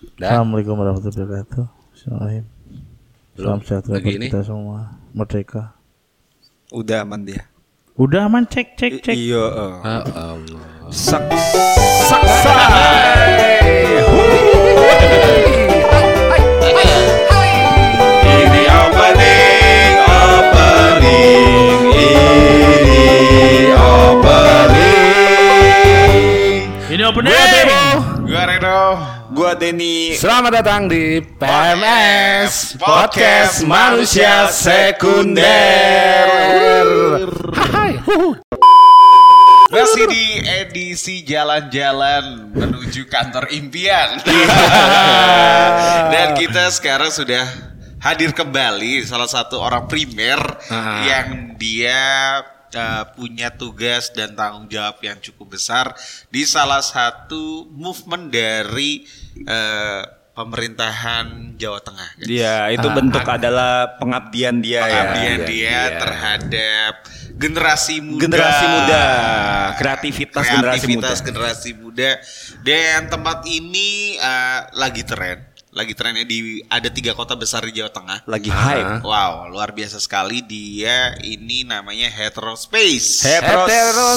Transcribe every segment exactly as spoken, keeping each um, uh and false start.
Assalamualaikum warahmatullahi wabarakatuh. Assalamualaikum. Salam sejahtera buat kita semua. Merdeka. Udah aman dia. Udah aman, cek cek cek. I- iya. Ya Allah. Sak sak sak. Ini opening, opening, ini opening. Ini opening. Gua Reno, gua Denny. Selamat datang di P M S Podcast Manusia Sekunder. Masih di edisi jalan-jalan menuju kantor impian. Dan kita sekarang sudah hadir kembali salah satu orang primer Ah. yang dia uh, punya tugas dan tanggung jawab yang cukup besar di salah satu movement dari uh, pemerintahan Jawa Tengah. guys. Iya, itu Ah, bentuk ah. adalah pengabdian dia Pengabdian ya. dia iya. terhadap generasi muda. Generasi muda, kreativitas, kreativitas generasi generasi muda. muda. Dan tempat ini uh, lagi tren, lagi trennya di ada tiga kota besar di Jawa Tengah. Lagi Ah. hype. Wow, luar biasa sekali. Dia ini namanya Hetero Space. Hetero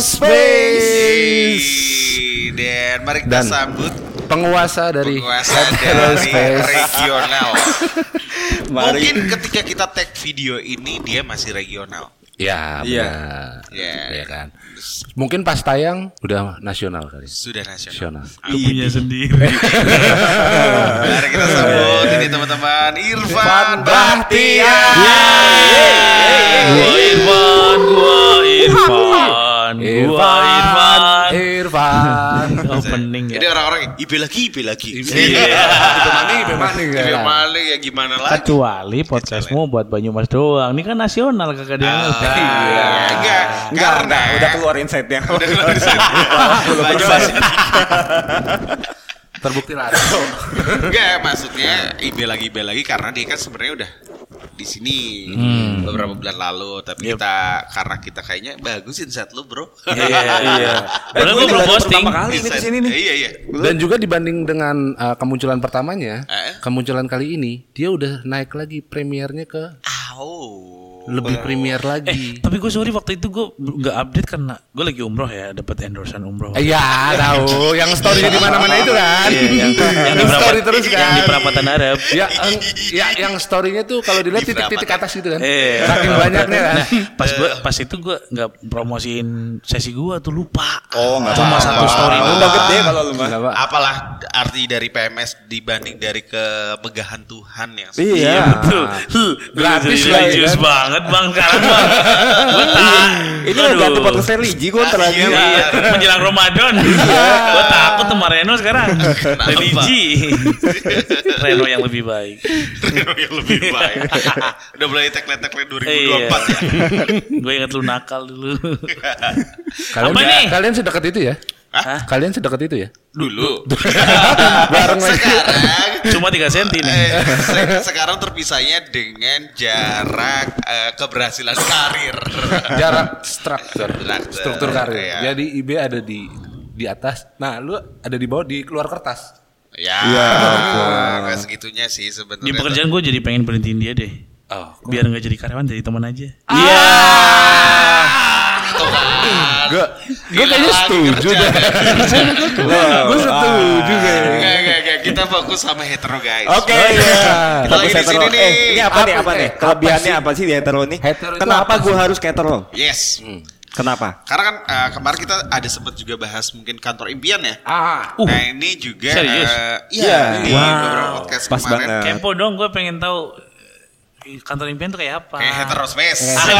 Yeay. Dan mari kita Dan sambut penguasa dari penguasa Hetero dari Space. regional. Mari. Mungkin ketika kita tag video ini dia masih regional. Ya, Iya. benar. Iya. Iya kan. Mungkin pas tayang udah nasional kali. Sudah nasional. Nasional. Gue punya sendiri. Mari kita sambut ini teman-teman Irfan Bahtiar. Gua Irfan, gua Irfan, gua Irfan. Irfan. Opening Jadi ya. orang-orang ibe lagi, ibe lagi. Iya. Itu maning, itu maning Ibe ya. maling ya gimana lagi? Kecuali podcastmu buat Banyumas doang. Ini kan nasional kagak dia. Ah, iya, enggak, Enggak, karena enggak, udah keluar insight-nya. udah keluar di sana. Baju Terbukti lah. enggak, maksudnya ibe lagi, ibe lagi karena dia kan sebenarnya udah di sini beberapa bulan lalu, tapi Yep. kita karena kita kayaknya bagusin set lu, Bro. Iya, iya. Padahal Gua gua belum baru posting. pertama kali ini kesini nih. Iya, iya. Dan juga dibanding dengan uh, kemunculan pertamanya, Eh? kemunculan kali ini dia udah naik lagi premiernya ke Au. lebih premier Eh, lagi. tapi gue sorry waktu itu gue nggak update karena gue lagi umroh ya, dapat endorsean umroh. Iya, tahu. Yang story di mana-mana itu kan. Iya, yang, yang di Yang story Perapatan- terus yang kan. di Perapatan Arab. Ya, eng- ya yang story-nya tuh kalau dilihat Di titik-titik Perapatan. atas gitu kan. Eh, Saking banyaknya kan. Nah, pas gue pas itu gue nggak promosiin sesi gue tuh lupa. Oh, enggak Cuma apa-apa. satu story Udah doang. gede kalau lu mah. Enggak, Pak. Apalah arti dari P M S dibanding dari kemegahan Tuhan yang Iya. Betul. Huh, Gratis gue lah, jadi religius kan? banget bang sekarang bang. Gue tak. Ini udah ganti podcast religi gue ntar lagi. Iya, Iya, menjelang Ramadan. Gue takut sama Reno sekarang. Religi. Reno yang lebih baik. Reno yang lebih baik. Udah mulai tagline-tagline dua ribu dua puluh empat ya. Gue inget lu nakal dulu. Kalian, Apa nih? kalian sedekat itu ya? Hah? Kalian sedekat itu ya? Dulu. Bareng lagi. Sekarang Cuma tiga senti nih. eh, se- sekarang terpisahnya dengan jarak eh, keberhasilan karir. Jarak struktur. Struktur, Struktur karir. iya. Jadi I B ada di di atas. Nah, lu ada di bawah di keluar kertas. Ya, Iya. nggak segitunya sih Di sebenarnya. pekerjaan gue jadi pengen berhentiin dia deh. Oh. Biar nggak jadi karyawan, jadi teman aja. Iya. Tuh kan. Gue gue Gila kayaknya lagi setuju kerja. deh. Gue setuju deh. Enggak, enggak, enggak. Kita fokus sama hetero guys. Oke, Oh, iya. Kita lagi di sini nih. Eh, ini apa, nih? Apa Apa nih? sih? Kelebihannya Apa apa sih di hetero nih? Hetero itu Kenapa apa gue sih? harus ke hetero? Yes. Kenapa? Karena kan eh, kemarin kita ada sempat juga bahas mungkin kantor impian ya. Ah. Uh, Nah ini juga serius? eh, Iya. di Wow. beberapa podcast Pas kemarin banget. kepo dong, gue pengen tahu kantor impian tuh kayak apa. kayak hetero space.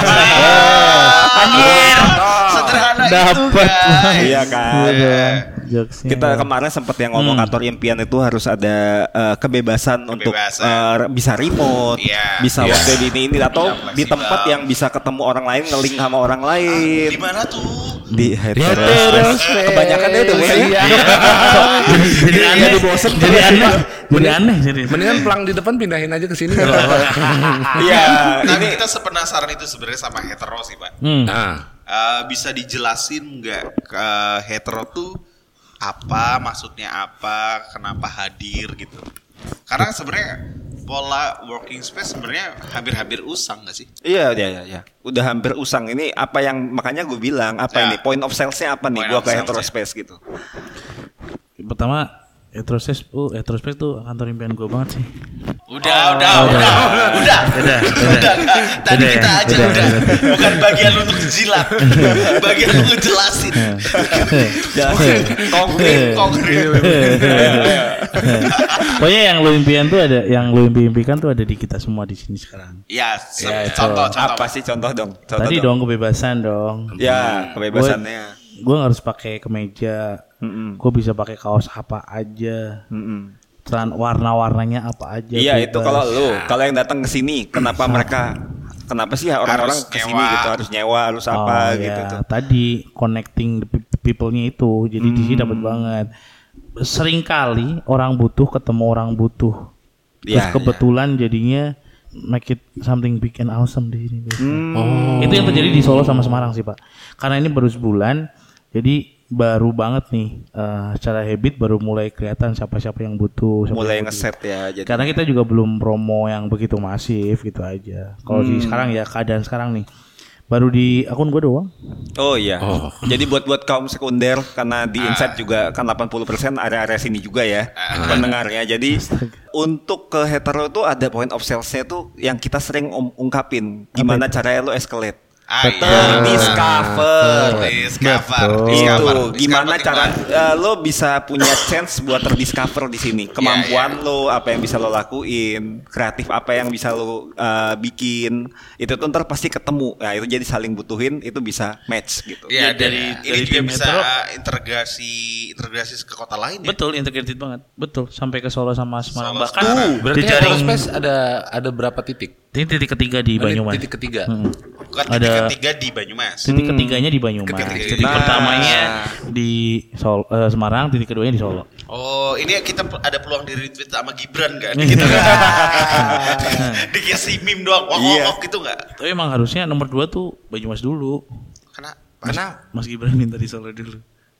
Anjir. Sederhana itu Dapet. guys. Iya kan. Jokesnya. Kita kemarin sempat yang ngomong Hmm. kantor impian itu harus ada eh, kebebasan, untuk Kebebasan. eh, bisa remote, Iya. bisa Iya. waktu di ini ini atau Bisa di fleksibel. tempat yang bisa ketemu orang lain, nge-link sama orang lain. Di mana tuh? Di hetero Hetero space. space. Kebanyakan itu ya. Iya. jadi aneh, Jadi bosen. jadi aneh, jadi aneh, jadi. Mendingan pelang di depan pindahin aja ke sini. Iya, Tapi ini kita sepenasaran itu sebenarnya sama hetero sih pak. Hmm. Nah, Eh, bisa dijelasin nggak ke hetero tuh apa, maksudnya apa, kenapa hadir gitu. Karena sebenarnya pola working space sebenarnya hampir-hampir usang nggak sih? Iya, iya, iya, iya. Udah hampir usang. Ini apa yang makanya gue bilang apa Ya. ini point of sales-nya apa nih? Point Gue of ke sales-nya. heterospace gitu. Pertama, Heterospace, oh Heterospace tuh kantor impian gue banget sih. Udah, udah, udah, udah, udah, Udah, udah. Tadi Udah, kita aja udah, udah, udah. bukan bagian lu untuk jilat, bagian lu ngejelasin. Konkret, konkret. Pokoknya yang lu impian tuh ada, yang lu impi-impikan tuh ada di kita semua di sini sekarang. Ya, se- Ya, itu. contoh, contoh. Apa sih contoh dong? Contoh Tadi dong kebebasan dong. Ya, kebebasannya. Gue nggak harus pakai kemeja. Mm-mm. Gue bisa pakai kaos apa aja. Mm-mm. Tran warna-warnanya apa aja. Iya, bebas. itu kalau lu, kalau yang datang ke sini, kenapa mereka kenapa sih ya orang-orang Harus ke sini nyewa. gitu, harus nyewa, harus Oh, apa ya. gitu tuh. Tadi connecting the pe- people-nya itu. Jadi di sini dapat banget. Sering kali orang butuh ketemu orang butuh. Terus Iya, kebetulan jadinya make it something big and awesome di sini. Hmm. Itu yang terjadi di Solo sama Semarang sih, Pak. Karena ini baru sebulan, jadi baru banget nih eh, secara habit baru mulai kelihatan siapa-siapa yang butuh. siapa Mulai yang butuh. ngeset ya jadi. Karena kita juga belum promo yang begitu masif gitu aja. Kalau di Hmm. sekarang ya keadaan sekarang nih, baru di akun gue doang. Oh iya. Jadi buat buat kaum sekunder karena di Insight juga kan delapan puluh persen area-area sini juga ya pendengarnya. Jadi untuk ke hetero tuh ada point of sales-nya tuh yang kita sering om- ungkapin. Gimana caranya lo escalate? Ah, Terdiscover. Discover, Betul. discover. Itu gimana Discover cara gimana? eh, lo bisa punya chance buat terdiscover di sini. Kemampuan lo, apa yang bisa lo lakuin, kreatif apa yang bisa lo eh, bikin. Itu tuh ntar pasti ketemu. Nah, itu jadi saling butuhin, itu bisa match gitu. Ya, Ya, dari dari- ini dari juga tim bisa Metro. integrasi integrasi ke kota lain ya. Betul, integrated banget. Betul, sampai ke Solo sama Semarang. Solo, Bahkan Semarang. Uh, berarti jejaring Heterospace ada ada berapa titik? ini titik ketiga di Oh, ini Banyumas. titik ketiga. Mm. Bukan titik Ada- ketiga di Banyumas. Titik ketiganya di Banyumas. Ketiga- Titik Nah. pertamanya di Sol eh, Semarang, titik keduanya di Solo. Oh, ini kita pe- ada peluang di retweet sama Gibran kan? Gitu kan? Dikasih meme doang, wok Iya. wok gitu nggak? Tapi emang harusnya nomor dua tuh Banyumas dulu. Kenapa? Mas, Mas Gibran minta di Solo dulu.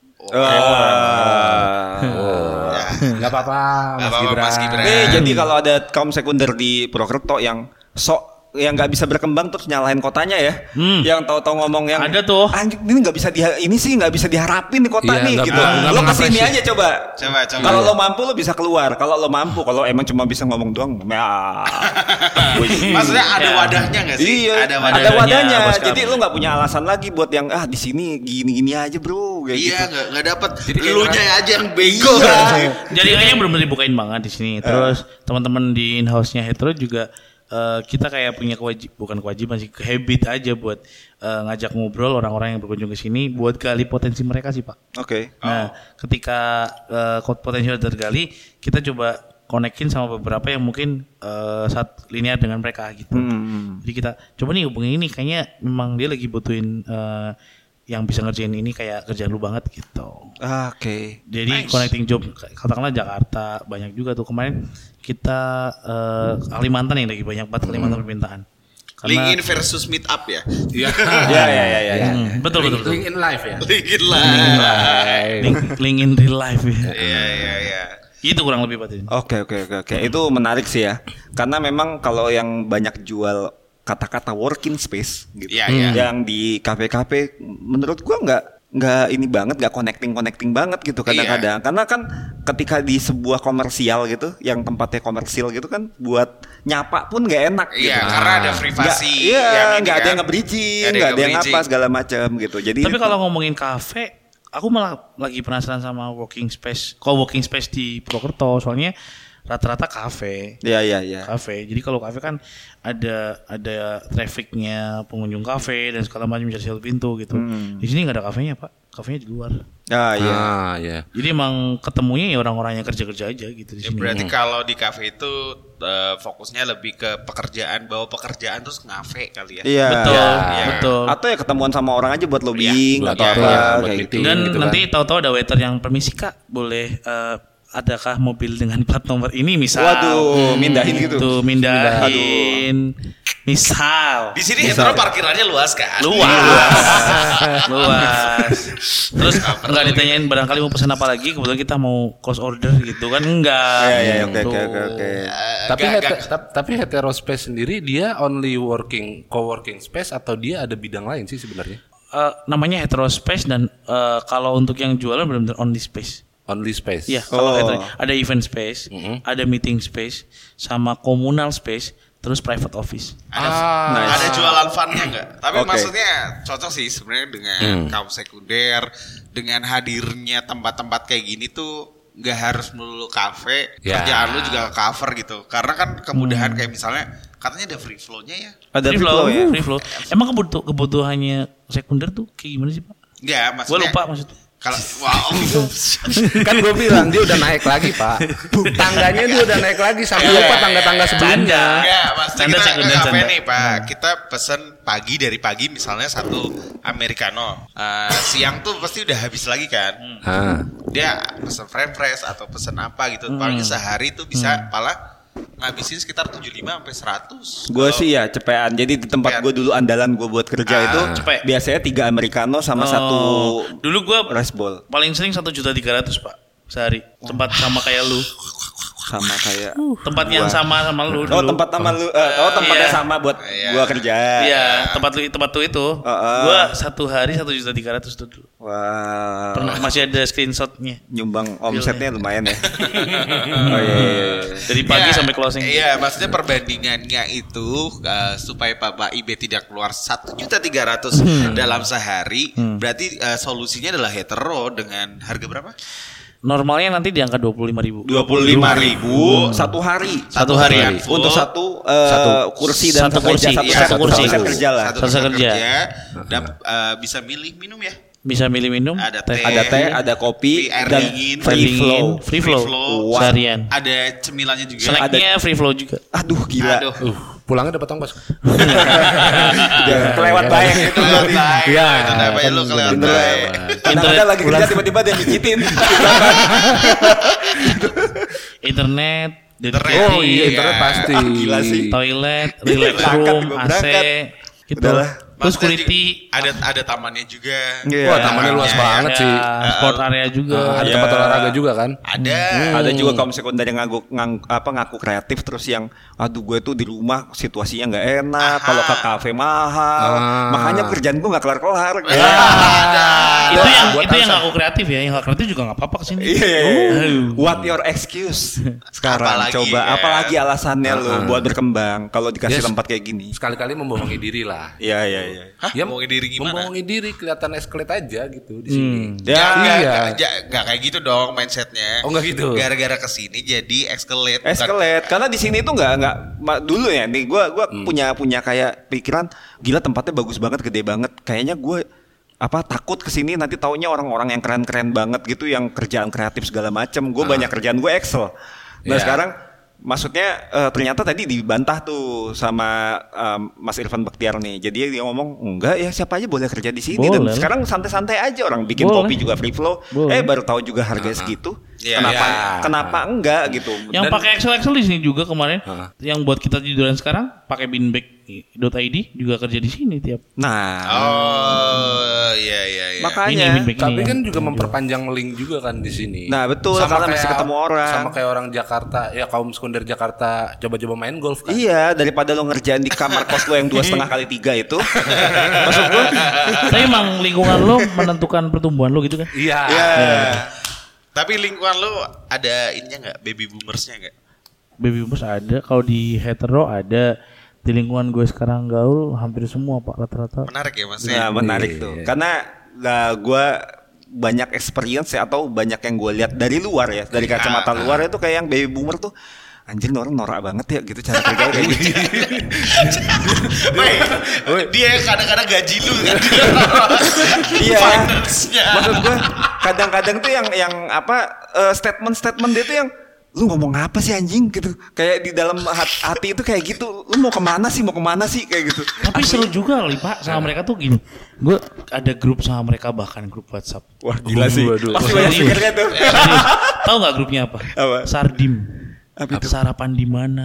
Wah. Ya. Enggak apa-apa, Nggak Mas apa-apa, Gibran. Mas Gibran. Eh, jadi kalau ada kaum sekunder di Purwokerto yang sok yang nggak bisa berkembang terus nyalahin kotanya ya, Hmm. yang tahu-tahu ngomong yang Ada tuh. anjing ini nggak bisa diha- ini sih nggak bisa diharapin di kota Iya, nih nggak- gitu. nggak- nggak Lo kesini mengapresiasi. aja coba. Coba, coba. Kalau lo mampu lo bisa keluar. Kalau lo mampu, kalau emang cuma bisa ngomong doang, ya. Maksudnya ada Ya. wadahnya nggak sih? Iya, Ada ada wadahnya. wadahnya. bos Jadi kamu. lo nggak punya alasan lagi buat yang ah di sini gini-gini aja bro. Kayak Iya, gitu. nggak nggak dapat. Jadi kayak Lu ngerasa- nya aja yang bego. Jaringannya benar-benar dibukain banget di sini. Terus teman-teman di in-house-nya Hetero juga eh, kita kayak punya kewajib bukan kewajiban sih, habit aja buat eh, ngajak ngobrol orang-orang yang berkunjung ke sini buat gali potensi mereka sih, Pak. Oke. Nah, ketika uh, potensi udah tergali, kita coba konekin sama beberapa yang mungkin uh, saat linear dengan mereka gitu. Hmm. Jadi kita coba nih hubungin ini, kayaknya memang dia lagi butuhin uh, yang bisa ngerjain ini kayak kerjaan lu banget gitu. Ah, Oke. Jadi Nice. connecting job katakanlah Jakarta banyak juga tuh kemarin kita uh, Kalimantan yang lagi banyak banget Kalimantan permintaan. LinkedIn versus Meetup ya. Iya. Ya ya ya ya. ya. Hmm, betul betul betul. Link in live ya. LinkedIn lah. Link, link in real life ya. Iya, iya, iya. Itu kurang lebih Pak Tin. Oke oke oke oke itu menarik sih ya karena memang kalau yang banyak jual kata-kata working space gitu Iya, iya. yang di kafe-kafe menurut gua nggak nggak ini banget nggak connecting connecting banget gitu kadang-kadang karena kan ketika di sebuah komersial gitu yang tempatnya komersil gitu kan buat nyapa pun nggak enak gitu. Iya, karena ada Nggak- privasi. iya yang ini nggak ada kan. yang nge-bridging Nggak nggak ada yang nge-bridging. apa segala macam gitu jadi Tapi kalau ngomongin kafe, aku malah lagi penasaran sama working space. Kok working space di Purwokerto? Soalnya rata-rata kafe. ya ya ya Kafe. Jadi kalau kafe kan ada ada trafficnya pengunjung kafe dan segala macam bisa sel pintu gitu. Hmm. Di sini nggak ada kafenya Pak. Kafenya di luar. ah iya Ah, ya. Jadi emang ketemunya ya orang-orang yang kerja-kerja aja gitu di Ya, sini. berarti kalau di kafe itu eh, fokusnya lebih ke pekerjaan, bawa pekerjaan terus ngafe kali ya. iya Betul, Ya. betul. atau ya ketemuan sama orang aja buat lobbying Iya, atau iya, apa iya, buat kayak gitu. meeting. Dan gitu nanti kan. tahu-tahu ada waiter yang permisi Kak, boleh eh, adakah mobil dengan plat nomor ini misal? Waduh, mindahin gitu. Tuh mindahin. Misal. Di sini hetero parkirannya luas kan? Luas. Luas. Terus enggak ditanyain barangkali mau pesan apa lagi, kebetulan kita mau close order gitu kan enggak. Iya iya oke gitu. oke oke oke. Tapi Gak- hete- gak- tap- tapi hetero space sendiri dia only working co-working space atau dia ada bidang lain sih sebenarnya? Eh, namanya hetero space dan eh, kalau untuk yang jualan benar-benar only space. Only space. Iya, kalau Oh. hetero ada event space, ada meeting space, sama communal space, terus private office. Ada, Ah, ada jualan funnya nggak? Tapi Oke. maksudnya cocok sih sebenarnya dengan kaum sekunder, dengan hadirnya tempat-tempat kayak gini tuh nggak harus melulu kafe, Ya. kerjaan lu juga cover gitu. Karena kan kemudahan kayak misalnya katanya ada free flow-nya ya. Ada free free flow, flow ya. free flow. Emang kebutuh kebutuhannya sekunder tuh kayak gimana sih, Pak? Enggak, Gue maksudnya lupa maksudnya. kalau wow gitu. Kan gue bilang dia udah naik lagi pak. Tangganya dia udah naik lagi sampai lupa tangga-tangga sebelumnya. Enggak, maksudnya Canda, kita ke canda, kafe canda. nih Pak. Kita pesen pagi dari pagi misalnya satu americano. Eh, siang tuh pasti udah habis lagi kan. Ah. Dia pesen french fries atau pesen apa gitu. Paling sehari tuh bisa malah ngabisin sekitar tujuh puluh lima sampai seratus. Gue sih ya cepean. Jadi di tempat Cepean. gue dulu andalan gue buat kerja Ah, itu cepet. biasanya tiga americano sama Oh, satu dulu gue rice bowl paling sering satu juta tiga ratus pak sehari. Tempat sama kayak lu. sama kayak. Tempat yang sama sama lu Oh dulu. tempat sama lu. eh, oh tempatnya Iya. sama buat Iya. gue kerja. Iya, tempat lu tempat lu itu. Heeh. Gua satu hari satu juta tiga ratus tuh dulu. Wah. Pernah masih ada screenshotnya. Nyumbang omsetnya lumayan ya. Oh iya, iya, iya. Dari pagi Ya, sampai closing. Iya, maksudnya perbandingannya itu uh, supaya Bapak Ibe tidak keluar satu juta tiga ratus dalam sehari, berarti uh, solusinya adalah hetero dengan harga berapa? Normalnya nanti di angka dua puluh lima ribu. dua puluh lima ribu Satu hari. Satu harian hari Untuk satu, eh, Satu. kursi dan Satu satu kursi, satu, iya, satu, satu kursi. satu kerja lah. Satu Selesai kerja. kerja. Dan uh, bisa milih minum ya. Bisa milih minum. Ada teh. Ada teh, ada kopi, Air dan dingin. free Dingin, flow. Free flow. Wah. Seharian. Ada cemilannya juga. Snacknya free flow juga. Aduh gila. Aduh. Uh, pulangnya dapat ongkos. Ya, kelewat bayang itu. Kelewat baik. Iya, Itu namanya lu kelewat Bener. baik. Kadang-kadang lagi kerja tiba-tiba dia mijitin. Internet, Internet. Oh iya, internet Iya. pasti. Ah, gila sih. toilet, relax Berangkat room, juga A C, berangkat. gitu. Udahlah. Terus Maksudnya security, juga ada ada tamannya juga. Iya. Wah, tamannya luas Ya, banget ya, sih. sport area juga. Ada Iya. tempat olahraga juga kan? Ada. Ada juga kaum sekunder yang ngaku ngang, apa ngaku kreatif terus yang aduh gue tuh di rumah situasinya nggak enak, Aha. kalau ke kafe mahal, Ah. makanya kerjaan gue nggak kelar-kelar. Ada. Ada. itu yang buat itu yang alasan. aku kreatif ya, yang gak kreatif juga nggak apa-apa kesini. Iya, iya, iya. Oh. What your excuse sekarang? Apalagi, Coba ya. apalagi alasannya lu buat berkembang kalau dikasih Yes. tempat kayak gini? Sekali-kali membohongi diri lah. Iya iya iya. Hah? Ya, Membohongi diri gimana? Membohongi diri kelihatan escalate aja gitu di sini. Ya, Ya, enggak, iya. enggak, ja- enggak kayak gitu dong mindsetnya. Oh, enggak gitu. Gara-gara kesini jadi escalate. bukan- Escalate karena di sini tuh nggak nggak ma- dulu ya nih gue gua punya punya kayak pikiran gila tempatnya bagus banget gede banget kayaknya gue apa takut kesini nanti taunya orang-orang yang keren-keren banget gitu yang kerjaan kreatif segala macem gue banyak kerjaan gue Excel nah Iya. sekarang maksudnya eh, ternyata tadi dibantah tuh sama em, Mas Irfan Baktiar nih jadi dia ngomong enggak ya siapa aja boleh kerja di sini dan Boleh lah. sekarang santai-santai aja orang bikin Boleh. kopi juga free flow Boleh. eh baru tahu juga harganya segitu Iya, kenapa iya. kenapa enggak gitu Yang Dan- pakai Excel Excel di sini juga kemarin, Hah? yang buat kita tiduran sekarang pakai binbag dot I D juga kerja di sini tiap. nah Oh, iya iya iya. makanya Ini binbag Tapi ini kan yang- juga memperpanjang link juga kan di sini. Nah, betul, karena mesti ketemu orang. Sama kayak orang Jakarta, ya kaum sekunder Jakarta coba-coba main golf kan. Iya, daripada lo ngerjain di kamar kos lo yang dua setengah kali tiga itu, maksud gue, Tapi emang lingkungan lo menentukan pertumbuhan lo gitu kan? Iya. ya, Tapi lingkungan lu ada ininya nggak? Baby boomersnya nggak? Baby boomers ada, kalau di hetero ada, di lingkungan gue sekarang gaul hampir semua pak rata-rata. Menarik ya mas. nah menarik tuh, karena lah gue banyak experience ya atau banyak yang gue lihat dari luar ya, dari kacamata Ah, luar itu kayak yang baby boomer tuh. Anjir orang norak banget ya gitu cara kerja kayak gitu. Weh, dia kadang-kadang gaji lu kan. Iya. Finance-nya. Maksud gue kadang-kadang tuh yang yang apa eh, statement-statement dia tuh yang lu ngomong apa sih anjing gitu. Kayak di dalam hat- hati itu kayak gitu. Lu mau kemana sih? Mau kemana sih? Kayak gitu. Tapi seru juga kali pak sama mereka tuh gini. Gue ada grup sama mereka bahkan grup WhatsApp. Wah gila sih. Waduh. Pasti Wah, banyak serius. speakernya tuh. Serius. Tahu nggak grupnya apa? Apa? Sardim. Apa itu? Sarapan di mana?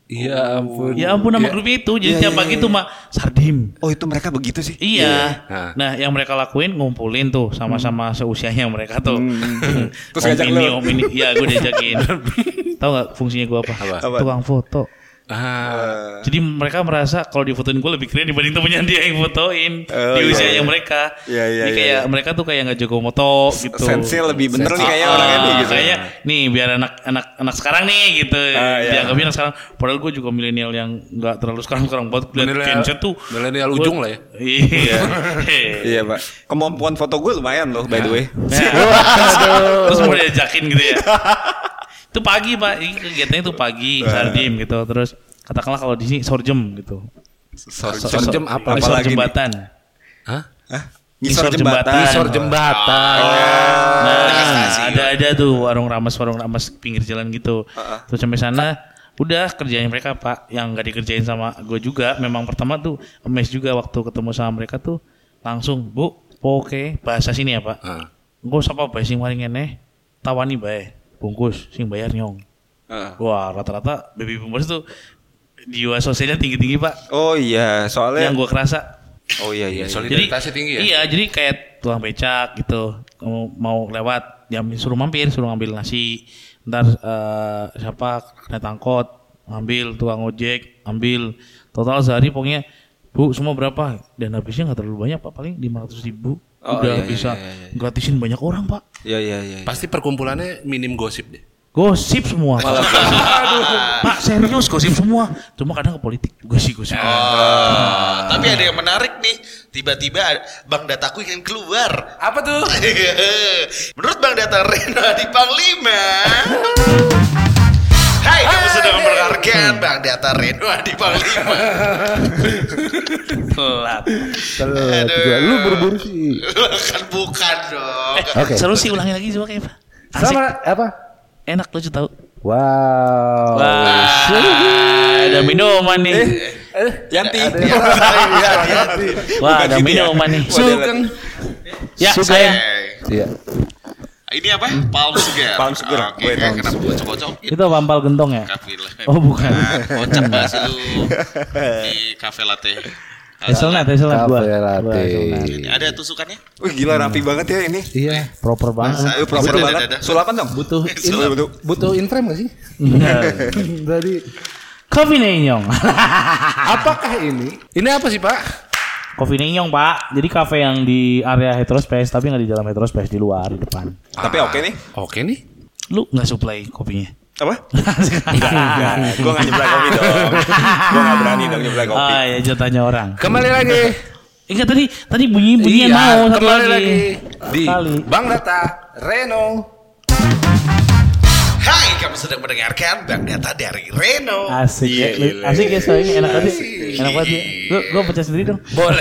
Iya ampun. Ya ampun nama Iya. grupnya itu. Jadi Iya, tiap iya, pagi iya. tuh mah Sardim. Oh itu mereka begitu sih? Iya. Nah. Nah, yang mereka lakuin ngumpulin tuh sama-sama seusianya mereka tuh. Terus om ngajak ini, lu? om ini. Iya, gue diajakin. Tahu nggak fungsinya gue apa? Apa? Apa? Tukang foto. Ah. Jadi mereka merasa kalau difotoin gue lebih keren dibanding temennya dia yang fotoin Oh, di iya, usianya iya. mereka. Iya, iya, Jadi iya, kayak iya. mereka tuh kayak nggak jago moto gitu. Sense-nya lebih bener nih Sense. kayaknya Ah, orangnya nih gitu. Kayaknya nih biar anak-anak anak sekarang nih gitu. Ah, iya. Dianggapnya anak sekarang. Padahal gue juga milenial yang nggak terlalu sekarang-sekarang banget. Lihat Milenial- Genset tuh. milenial gua- ujung lah ya. Iya. Iya pak. Kemampuan foto gue lumayan loh by the way. Nah, terus mau diajakin gitu ya. Itu pagi pak, ini kegiatannya tuh pagi, Sardim gitu. Terus katakanlah kalau di sini sorjem gitu. Sorjem apa? Ngisor Apalagi nih? jembatan. Hah? Hah? Ngisor Ngisor jembatan. jembatan. Ngisor jembatan. Nah, Investasi, ada ada tuh warung rames warung rames pinggir jalan gitu. Terus sampai sana udah kerjanya mereka pak, yang nggak dikerjain sama gue juga. Memang pertama tuh emes juga waktu ketemu sama mereka tuh langsung bu, oke bahasa sini ya pak. Ah. Gue sapa bae sing paling eneh, tawani bae, bungkus sing bayar nyong. Heeh. Wah rata-rata baby boomers tuh jiwa sosialnya tinggi-tinggi pak. Oh iya soalnya. Yang gue kerasa. Oh iya iya. Solid- Jadi Solidaritasnya tinggi ya? Iya, jadi kayak tukang becak gitu. Mau, mau lewat, jam suruh mampir, suruh ngambil nasi. Ntar eh, siapa naik angkot, ambil tukang ojek, ambil. Total sehari pokoknya bu semua berapa? Dan habisnya nggak terlalu banyak pak, paling lima ratus ribu. Oh, Udah iya, iya, bisa iya, iya. gratisin banyak orang pak. Iya iya iya. Pasti perkumpulannya minim gosip deh. Gosip semua. Pak. Pak serius gosip semua. Cuma kadang ke politik juga sih gosip. Oh, tapi ada yang menarik nih. Tiba-tiba Bang Dataku ingin keluar. Apa tuh? Menurut Bang Data Reno di Panglima. Hai, kamu sedang mendengarkan Bang Data Reno di Panglima. Telat. Telat juga. Lu buru-buru sih. Kan bukan dong. Oke. Seru sih ulangi lagi coba kayak apa? Asik. Sama apa? Enak lucu tahu. Wow. Wah, ada minuman nih. Yanti. Wah, ada gitu ya? minuman nih. Sugeng. Ya, Sugeng. saya. Iya. Ini apa? Palm Sugar. Palm Sugar. Oke, Wait, kayak Palm kenapa bocok-bocok? Itu pampal gentong ya? Kafil. Oh, bukan. Nah, kocak banget sih lu di kafe latte. Hazelnut, hazelnut gua. Cafe latte. Gua hazelnut. Ini ada tusukannya? Wih gila rapi banget ya ini. Iya, proper banget. Ayo proper Ada, ada, banget. ada. Sulapan dong. Butuh Betul, ini, betul. butuh inframe gak sih? Tadi Kopi Nenyong. apakah ini? Ini apa sih Pak? Kopi Nenyong, Pak. Jadi kafe yang di area Heterospace tapi nggak di dalam Heterospace, di luar, di depan. Tapi oke nih. Oke nih. Lu nggak supply kopinya? Apa? Enggak, enggak. Gue gak nyeblak kopi dong. Gue gak berani dong nyeblak kopi. Ah, ya jatahnya orang. Kembali lagi. Enggak tadi tadi bunyi bunyinya Iya, mau satu kembali lagi. lagi di Kali. Bang Data Reno. Hai, kamu sedang mendengarkan Bang Data dari Reno. Asik ya. Iya, gila. Asik ya soalnya enak aja. Enak banget ya. Lu gua pecah sendiri dong. Boleh.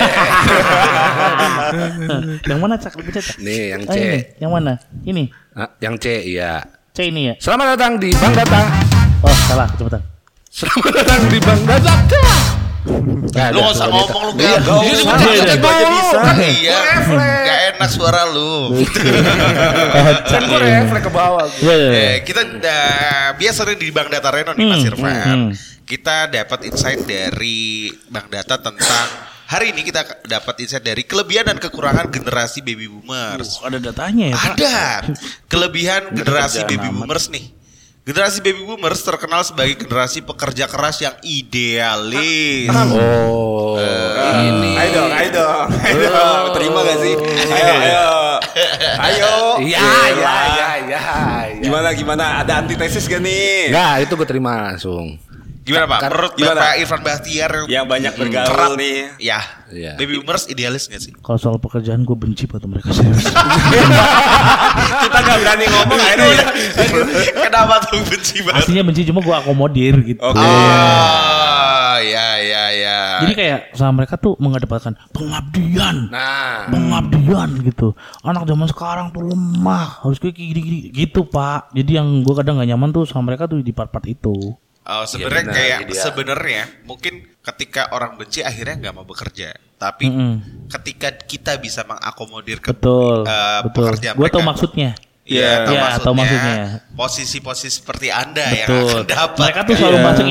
Yang mana Cak? Lu pecah Cak? Nih yang Ah, C. ini. Yang mana? Ini. Ah, yang C iya. C ini ya. Selamat datang di Bang Data. Oh, salah, kecepatan. Selamat datang di Bang Data. Gak Lu gak usah ngomong lu gak. Gak Iya, usah. betul, Iya, betul. aja bisa. Kan iya. Gak enak suara lu. Kan gue refleks ke bawah. Iya, iya. Eh, kita uh, biasanya di Bang Data Reno nih Mas Hmm, Irfan. hmm, hmm. Kita dapat insight dari Bang Data tentang hari ini kita dapat insight dari kelebihan dan kekurangan generasi baby boomers. Oh, ada datanya ya, Pak? Ada kelebihan generasi kerjaan baby amat. boomers nih. Generasi baby boomers terkenal sebagai generasi pekerja keras yang idealis. Oh, ini. Ayo dong, ayo dong. Ayo dong. Terima gak sih? Ayo, ayo. Ayo. Iya, iya, iya, iya. Gimana, gimana? Ada antitesis gak nih? Enggak, itu gue terima langsung. Gimana Pak? Menurut Gimana? Bapak Irfan Bahtiar Yang banyak bergaul kerap, nih. Ya, Iya. baby boomers idealis gak sih? Kalau soal pekerjaan gue benci pada mereka serius. Kita gak berani ngomong akhirnya ya. Kenapa tuh benci banget? Aslinya benci cuma gue akomodir gitu. Oke. Oh, ya, ya, ya. Jadi kayak sama mereka tuh mengedepankan pengabdian. Nah, Pengabdian gitu. Anak zaman sekarang tuh lemah, harus kayak gini-gini gitu, Pak. Jadi yang gue kadang gak nyaman tuh sama mereka tuh di part-part itu. Oh, sebenarnya benar, kayak ideal. sebenarnya mungkin ketika orang benci akhirnya nggak mau bekerja, tapi Mm-mm. ketika kita bisa mengakomodir ke Betul, eh, betul. pekerjaan Gue mereka. tau maksudnya. Iya, tahu Iya, tahu maksudnya. maksudnya. Posisi-posisi seperti Anda yang Betul. akan dapat. Mereka tuh selalu Iya. masuk ini.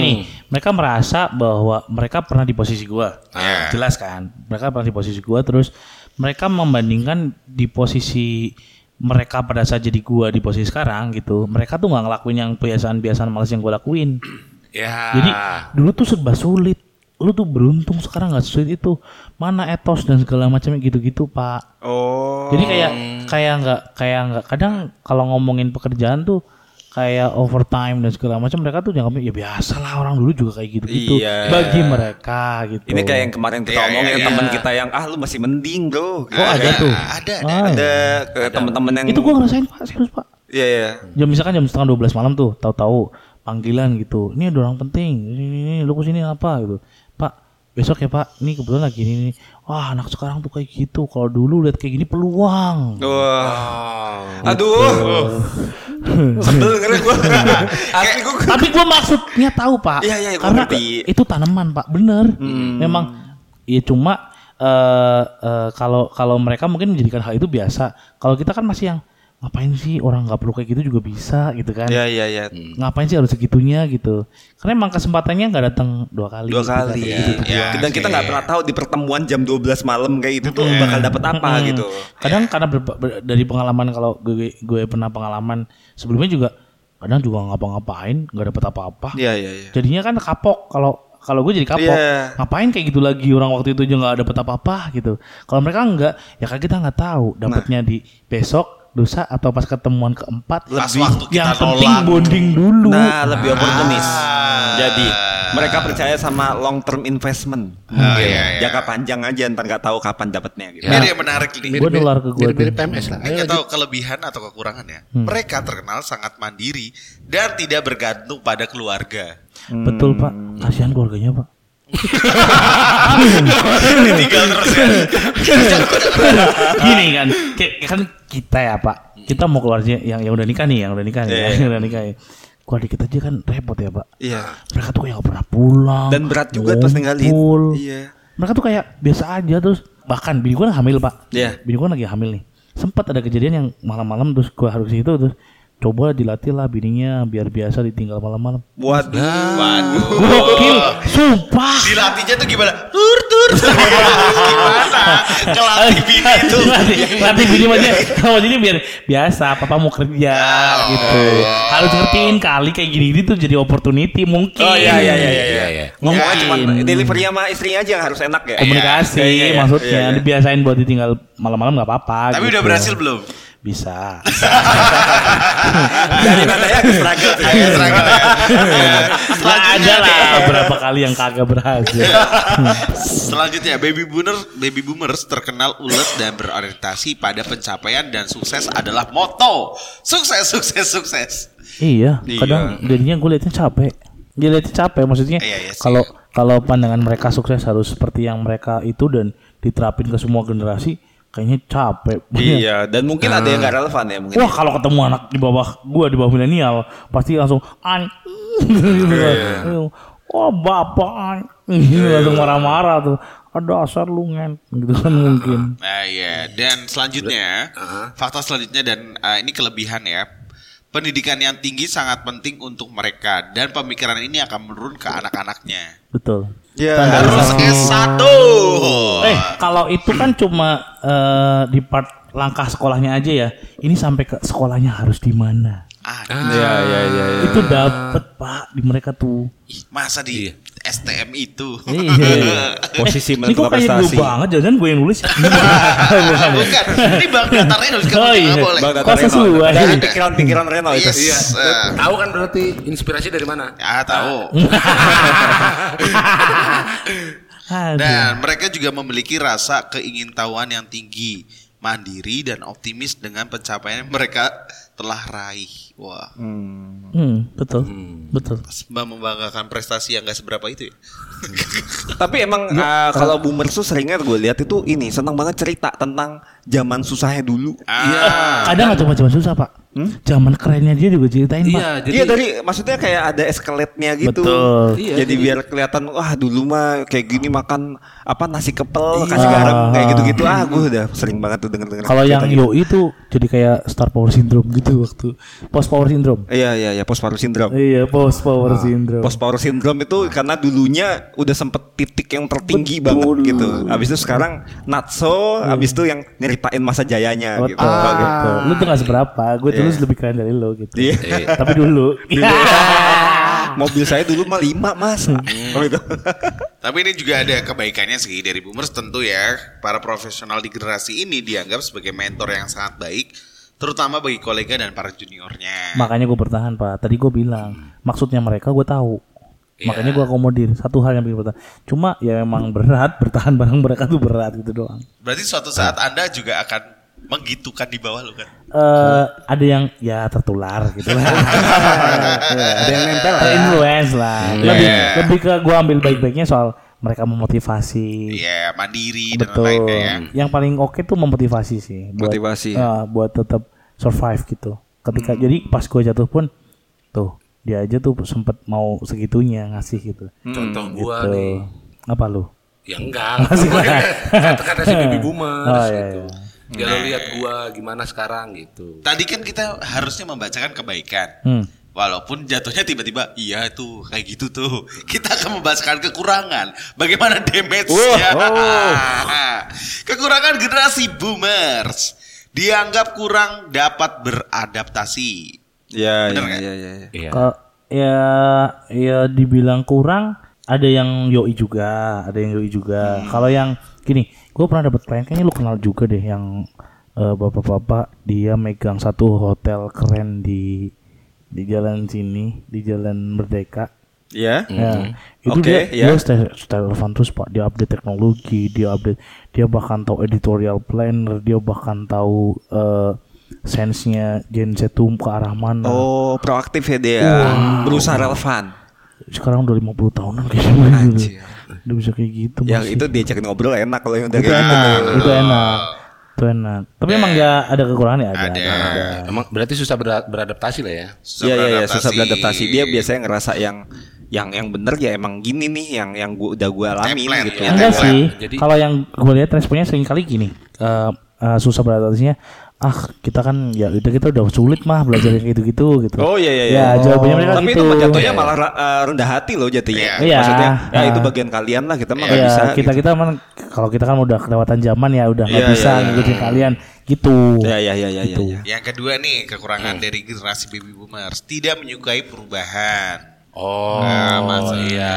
mereka merasa bahwa mereka pernah di posisi gua. Ah. Jelas kan? Mereka pernah di posisi gua, terus mereka membandingkan di posisi mereka pada saat jadi gua di posisi sekarang gitu. Mereka tuh nggak ngelakuin yang kebiasaan-kebiasaan malas yang gua lakuin. Ya. Jadi dulu tuh serba sulit. Lu tuh beruntung sekarang nggak sulit itu. Mana etos dan segala macamnya gitu-gitu, Pak. Oh. Jadi kayak kayak nggak kayak nggak kadang kalau ngomongin pekerjaan tuh kayak overtime dan segala macam mereka tuh jangannya ya biasa lah orang dulu juga kayak gitu-gitu Iya. bagi mereka gitu. Ini kayak yang kemarin kita Iya, omongin iya, teman iya. kita yang ah lu masih mending bro. Oh ada tuh. Ada, ada. Ah, Ada ke teman-teman yang itu gua ngerasain Pak, serius Pak. Iya iya. Jam misalkan jam setengah dua belas malam tuh tahu-tahu panggilan gitu. Ini ada orang penting. Ini, ini lu kesini apa gitu. Pak besok ya Pak, ini kebetulan lagi ini, ini. Wah anak sekarang tuh kayak gitu. Kalau dulu lihat kayak gini peluang. Wah. Aduh. Sebel ngeri gua. Asli gua. Tapi gue maksudnya tahu Pak. Iya, iya, gua Karena ngerti. itu tanaman Pak, bener. Memang ya cuma eh, eh, kalau kalau mereka mungkin menjadikan hal itu biasa. Kalau kita kan masih yang ngapain sih orang nggak perlu kayak gitu juga bisa gitu kan? Iya iya iya. Ngapain sih harus segitunya gitu? Karena emang kesempatannya nggak datang dua kali. Dua gitu kali. kan. Ya, Gitu, gitu. ya. Dan kita nggak Oke. pernah tahu di pertemuan jam dua belas malam kayak gitu tuh bakal dapet apa Mm-mm. gitu. Kadang karena ber- ber- dari pengalaman kalau gue gue pernah pengalaman sebelumnya juga kadang juga ngapa-ngapain nggak dapet apa-apa. Iya iya iya. Jadinya kan kapok kalau kalau gue jadi kapok. Iya. Ngapain kayak gitu lagi orang waktu itu aja nggak dapet apa-apa gitu. Kalau mereka enggak, ya kan kita nggak tahu dapatnya di besok, lusa atau pas ketemuan keempat. Pas Lebih waktu kita yang penting nolak. bonding dulu. Nah, lebih oportunis. Ah. Jadi mereka percaya sama long term investment. Oh, Mungkin. iya, iya. Jangka panjang aja ntar nggak tahu kapan dapatnya gitu. Ini yang menarik nih. Gue nular ke gue. Mirip-mirip P M S lah. Ayo Kita lanjut. tahu kelebihan atau kekurangannya. Mereka terkenal sangat mandiri dan tidak bergantung pada keluarga. Betul Pak. Kasihan keluarganya Pak. Tinggal terus ya. Gini kan, kayak- kan kita ya Pak. Kita mau keluarnya yang yang udah nikah nih, yang udah nikah nih, Iya, yang udah nikah. Ya. Gua dikit aja kan repot ya Pak. Iya. Mereka tuh kayak gak pernah pulang. Dan berat juga pas ninggalin. ngumpul. Iya. Mereka tuh kayak biasa aja terus bahkan bini gue hamil Pak. Iya. Bini gue lagi hamil nih. Sempat ada kejadian yang malam-malam terus gue harus itu terus coba dilatih lah bininya biar biasa ditinggal malam-malam. Waduh. Waduh. Gokil, sumpah. Dilatihnya tuh gimana? Tur tur. Gimana? Ngelatih bini itu. Latih, latih bini aja. Kalau jadi biar biasa, papa mau kerja gitu. Harus ngertiin kali kayak gini-gini tuh jadi opportunity mungkin. Oh iya iya iya iya. iya. Ngomongnya Mungkin. cuma delivery sama istrinya aja yang harus enak ya. Komunikasi Iya, iya, iya. maksudnya Iya, iya. dibiasain buat ditinggal malam-malam nggak apa-apa. Tapi gitu. udah berhasil belum? Bisa. Dari nadanya agak struggle tuh. Agak struggle ya. Nggak ada lah beberapa kali yang kagak berhasil. Selanjutnya, baby boomer, baby boomers terkenal ulet dan berorientasi pada pencapaian dan sukses adalah moto. Sukses, sukses, sukses. Iya, Iya. kadang jadinya gue liatnya capek. Dia liatnya capek, maksudnya Iya, iya sih. kalau kalau pandangan mereka sukses harus seperti yang mereka itu dan diterapin ke semua generasi, kayaknya capek. Iya, dan mungkin ada yang nggak relevan ya mungkin. Wah kalau ketemu anak di bawah gua di bawah milenial pasti langsung an gitu kan. Oh bapak an langsung marah-marah tuh. Ada asar lu ngen gitu kan mungkin. Nah iya, dan selanjutnya, fakta selanjutnya dan uh, ini kelebihan ya. Pendidikan yang tinggi sangat penting untuk mereka dan pemikiran ini akan menurun ke anak-anaknya. Betul. Iya. Standar Harus sama- S satu. Eh kalau itu kan cuma eh, di part langkah sekolahnya aja ya. Ini sampai ke sekolahnya harus di mana? Ah, Iya iya iya. Itu dapet Pak di mereka tuh. ih, masa di S T M itu? Iya. Posisi Ini kok menentukan kayak gue prestasi. banget, jangan gue yang nulis. Bukan, ini bang datarnya harus kamu Oh, juga iya. boleh. Bang Kok Data Reno. sesuai? Dari pikiran-pikiran Reno itu. Yes, eh, Tahu kan berarti inspirasi dari mana? ya tahu. Aduh. Dan mereka juga memiliki rasa keingintahuan yang tinggi, mandiri dan optimis dengan pencapaian yang mereka telah raih. Wah, Hmm, betul, betul. Mbak membanggakan prestasi yang gak seberapa itu ya. Tapi emang uh, kalau boomer tuh seringnya gue lihat itu ini senang banget cerita tentang zaman susahnya dulu. Ah, Kadang nggak cuma-cuma susah Pak, zaman kerennya dia juga ceritain Pak. Iya, jadi Iya dari maksudnya kayak ada escalate-nya gitu. Betul. Iya, jadi jadi- biar kelihatan wah dulu mah kayak gini makan apa nasi kepel Iya. kasih garam kayak gitu-gitu. Ah gue udah sering banget tuh denger-denger. Kalau yang cerita gitu. Yo itu jadi kayak star power syndrome gitu. itu waktu post power syndrome. Iya iya iya post power syndrome. Iya post power syndrome. Post power syndrome itu karena dulunya udah sempet titik yang tertinggi Betul. banget gitu. Habis itu sekarang not so, habis itu yang nyeritain masa jayanya gitu. Betul, gitu. betul. Lu tuh gak seberapa, gue Iya. tulus lebih keren dari lo gitu. Iya. Tapi dulu. Mobil saya dulu mah lima mas. Oh, gitu. Tapi ini juga ada kebaikannya sih dari boomers tentu ya. Para profesional di generasi ini dianggap sebagai mentor yang sangat baik, terutama bagi kolega dan para juniornya. Makanya gue bertahan pak. Tadi gue bilang maksudnya mereka gue tahu. Iya. Makanya gue akomodir. Satu hal yang bikin bertahan. Cuma ya memang berat bertahan bareng mereka tuh berat gitu doang. Berarti suatu saat Anda juga akan menggitukan di bawah lo kan? Eh ada yang ya tertular gitu lah. Ada yang nempel, influence lah. Lebih Yeah. lebih ke gue ambil baik-baiknya soal mereka memotivasi. Iya, mandiri dan Betul. lain-lainnya ya. Yang paling oke tuh memotivasi sih. Buat, Motivasi. eh, buat tetap survive gitu. Ketika jadi pas gue jatuh pun tuh dia aja tuh sempet mau segitunya ngasih gitu. Contoh gua Gitu. nih. Apa lu? Ya enggak. Kata-kata si baby boomers Oh, iya, gitu. iya. Ya lo lihat gua gimana sekarang gitu. Tadi kan kita harusnya membacakan kebaikan. Hmm. Walaupun jatuhnya tiba-tiba iya tuh kayak gitu tuh. Kita akan membahaskan kekurangan. Bagaimana damage-nya. Kekurangan generasi boomers dianggap kurang dapat beradaptasi. Iya Bener iya nggak? iya iya. Iya. Kalau ya ya dibilang kurang ada yang yoi juga, ada yang yoi juga. Hmm. Kalau yang gini, gue pernah dapat klien kayaknya lu kenal juga deh yang eh, bapak-bapak dia megang satu hotel keren di di jalan sini, di Jalan Merdeka. Iya. Ya, itu Oke, dia, ya. dia stay, stay relevan terus pak. Dia update teknologi, dia update, dia bahkan tahu editorial planner, dia bahkan tahu eh, sense-nya Gen Z tuh ke arah mana. Oh proaktif ya dia. Berusaha relevan. Sekarang udah lima puluh tahunan kayaknya. Anjir. Udah bisa kayak gitu. Yang masih. itu diajakin ngobrol enak kalau yang udah itu kayak gitu. enak, tuh. itu enak, itu enak. Tapi emang nggak ada kekurangan ya ada. Ada. ada. Emang berarti susah ber- beradaptasi lah ya. Susah Iya iya iya beradaptasi. susah beradaptasi. Dia biasanya ngerasa yang yang yang bener ya emang gini nih yang yang gua udah gua alamin Template, gitu. ya. Enggak template. sih. Jadi- Kalau yang gue lihat responnya sering kali gini. eh, eh, susah beradaptasinya. Ah kita kan ya udah kita udah sulit mah belajar kayak gitu-gitu gitu. Oh iya iya iya. Ya jawabannya mereka Tapi gitu. itu mah jatuhnya Ya. malah ra- eh, rendah hati loh jatuhnya. Iya. Maksudnya ya Iya. itu bagian kalian lah kita mah nggak Ya, bisa. kita gitu. kita man kalau kita kan udah kelewatan zaman ya udah nggak Iya, bisa iya, iya, ngikutin iya. kalian gitu. Ya ya ya ya ya. Gitu. ya. Yang kedua nih kekurangan dari generasi baby boomers tidak menyukai perubahan. Oh, Nah, maksudnya. iya.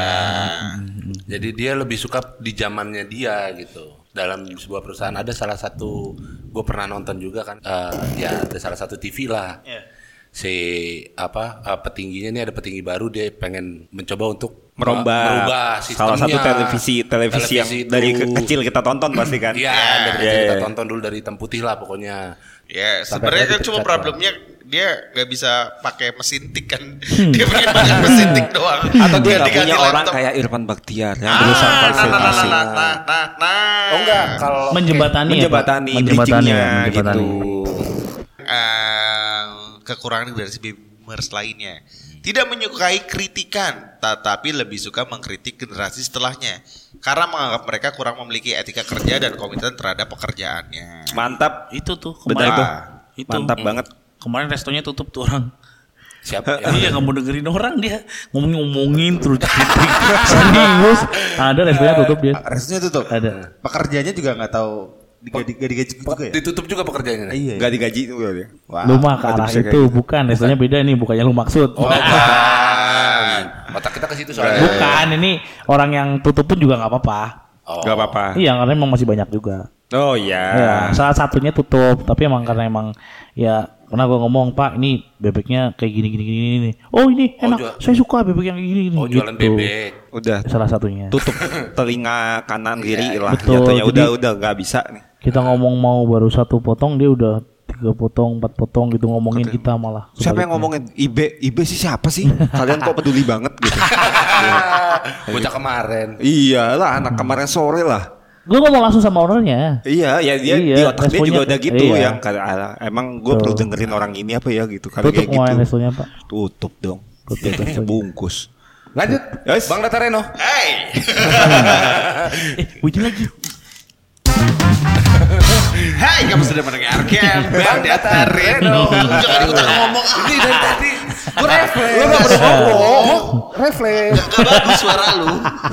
Jadi dia lebih suka di zamannya dia gitu. Dalam sebuah perusahaan ada salah satu, gue pernah nonton juga kan, eh, ya ada salah satu T V lah. Si apa eh, petingginya ini ada petinggi baru, dia pengen mencoba untuk Merubah, merubah salah satu sistemnya. televisi televisi, yang itu. dari ke- kecil kita tonton pasti kan. Iya, Iya, dari iya, kecil kita iya. tonton dulu dari hitam putih lah pokoknya. Ya, Sampai sebenarnya akhirnya kan cuma dipecat, problemnya dia nggak bisa pakai mesin tik kan. Dia pengen pakai mesin tik doang. Atau dia nggak Ganti-ganti punya orang laptop. kayak Irfan Bakhtiar yang Ah, berusaha nah, nah, nah, fasilitasi. nah, nah, nah, nah. Oh enggak, kalau Menjembatani, Menjembatani, ya, Pak? menjembatani ya, bridging-nya menjembatani. gitu. Eh, kekurangan dari si boomers lainnya. Tidak menyukai kritikan, tetapi lebih suka mengkritik generasi setelahnya. Karena menganggap mereka kurang memiliki etika kerja dan komitmen terhadap pekerjaannya. Mantap. Itu tuh Benar kemarin itu. itu Mantap banget. Kemarin restonya tutup tuh orang. siapa? Iya nggak mau dengerin orang dia ngomong-ngomongin terus kritik serius. Ada restonya tutup dia. Restonya tutup. Ada. Pekerjaannya juga nggak tahu digaji digaji juga ya. Ditutup juga pekerjaannya. Iya. Gak digaji itu dia. Wah. Lu mah ke nggak arah bisa kayak itu gitu. bukan restonya beda nih bukannya lu maksud. Oh, bukan. Otak kita ke situ soalnya. Bukan ini orang yang tutup pun juga nggak apa-apa. Oh. Gak apa-apa. Iya karena emang masih banyak juga. Oh iya. Ya, salah satunya tutup, tapi emang karena emang ya karena gue ngomong Pak ini bebeknya kayak gini gini gini gini. Oh ini Oh, enak, jual- saya suka bebek yang gini gini. Oh, jualan gitu. bebek. Udah Salah satunya. tutup telinga kanan kiri lah. Betul, Jatuhnya jadi- udah udah nggak bisa nih. Kita ngomong mau baru satu potong dia udah tiga potong, empat potong gitu ngomongin kita malah. Siapa yang ngomongin Ibe? Ibe sih siapa sih? Kalian kok peduli banget gitu? Bocah kemarin. Iyalah anak kemarin sore lah. Gue ngomong langsung sama ownernya. Iya, ya dia Iya, di otak dia responnya- juga udah gitu iya. yang kayak "Alah, emang gue perlu dengerin orang ini apa ya gitu. Kalau Tutup kayak mulai gitu. restonya Pak. Tutup dong. Tutup Jatuhnya restonya. bungkus. Lanjut. Yes. Bang Data Reno. Hey. Eh, Widi lagi. Hai, kamu sudah mendengarkan Bang Data Reno. Jangan ikutan ngomong. Ini dari tadi gue refleks. Lu gak perlu ngomong, refleks. Gak bagus suara lu.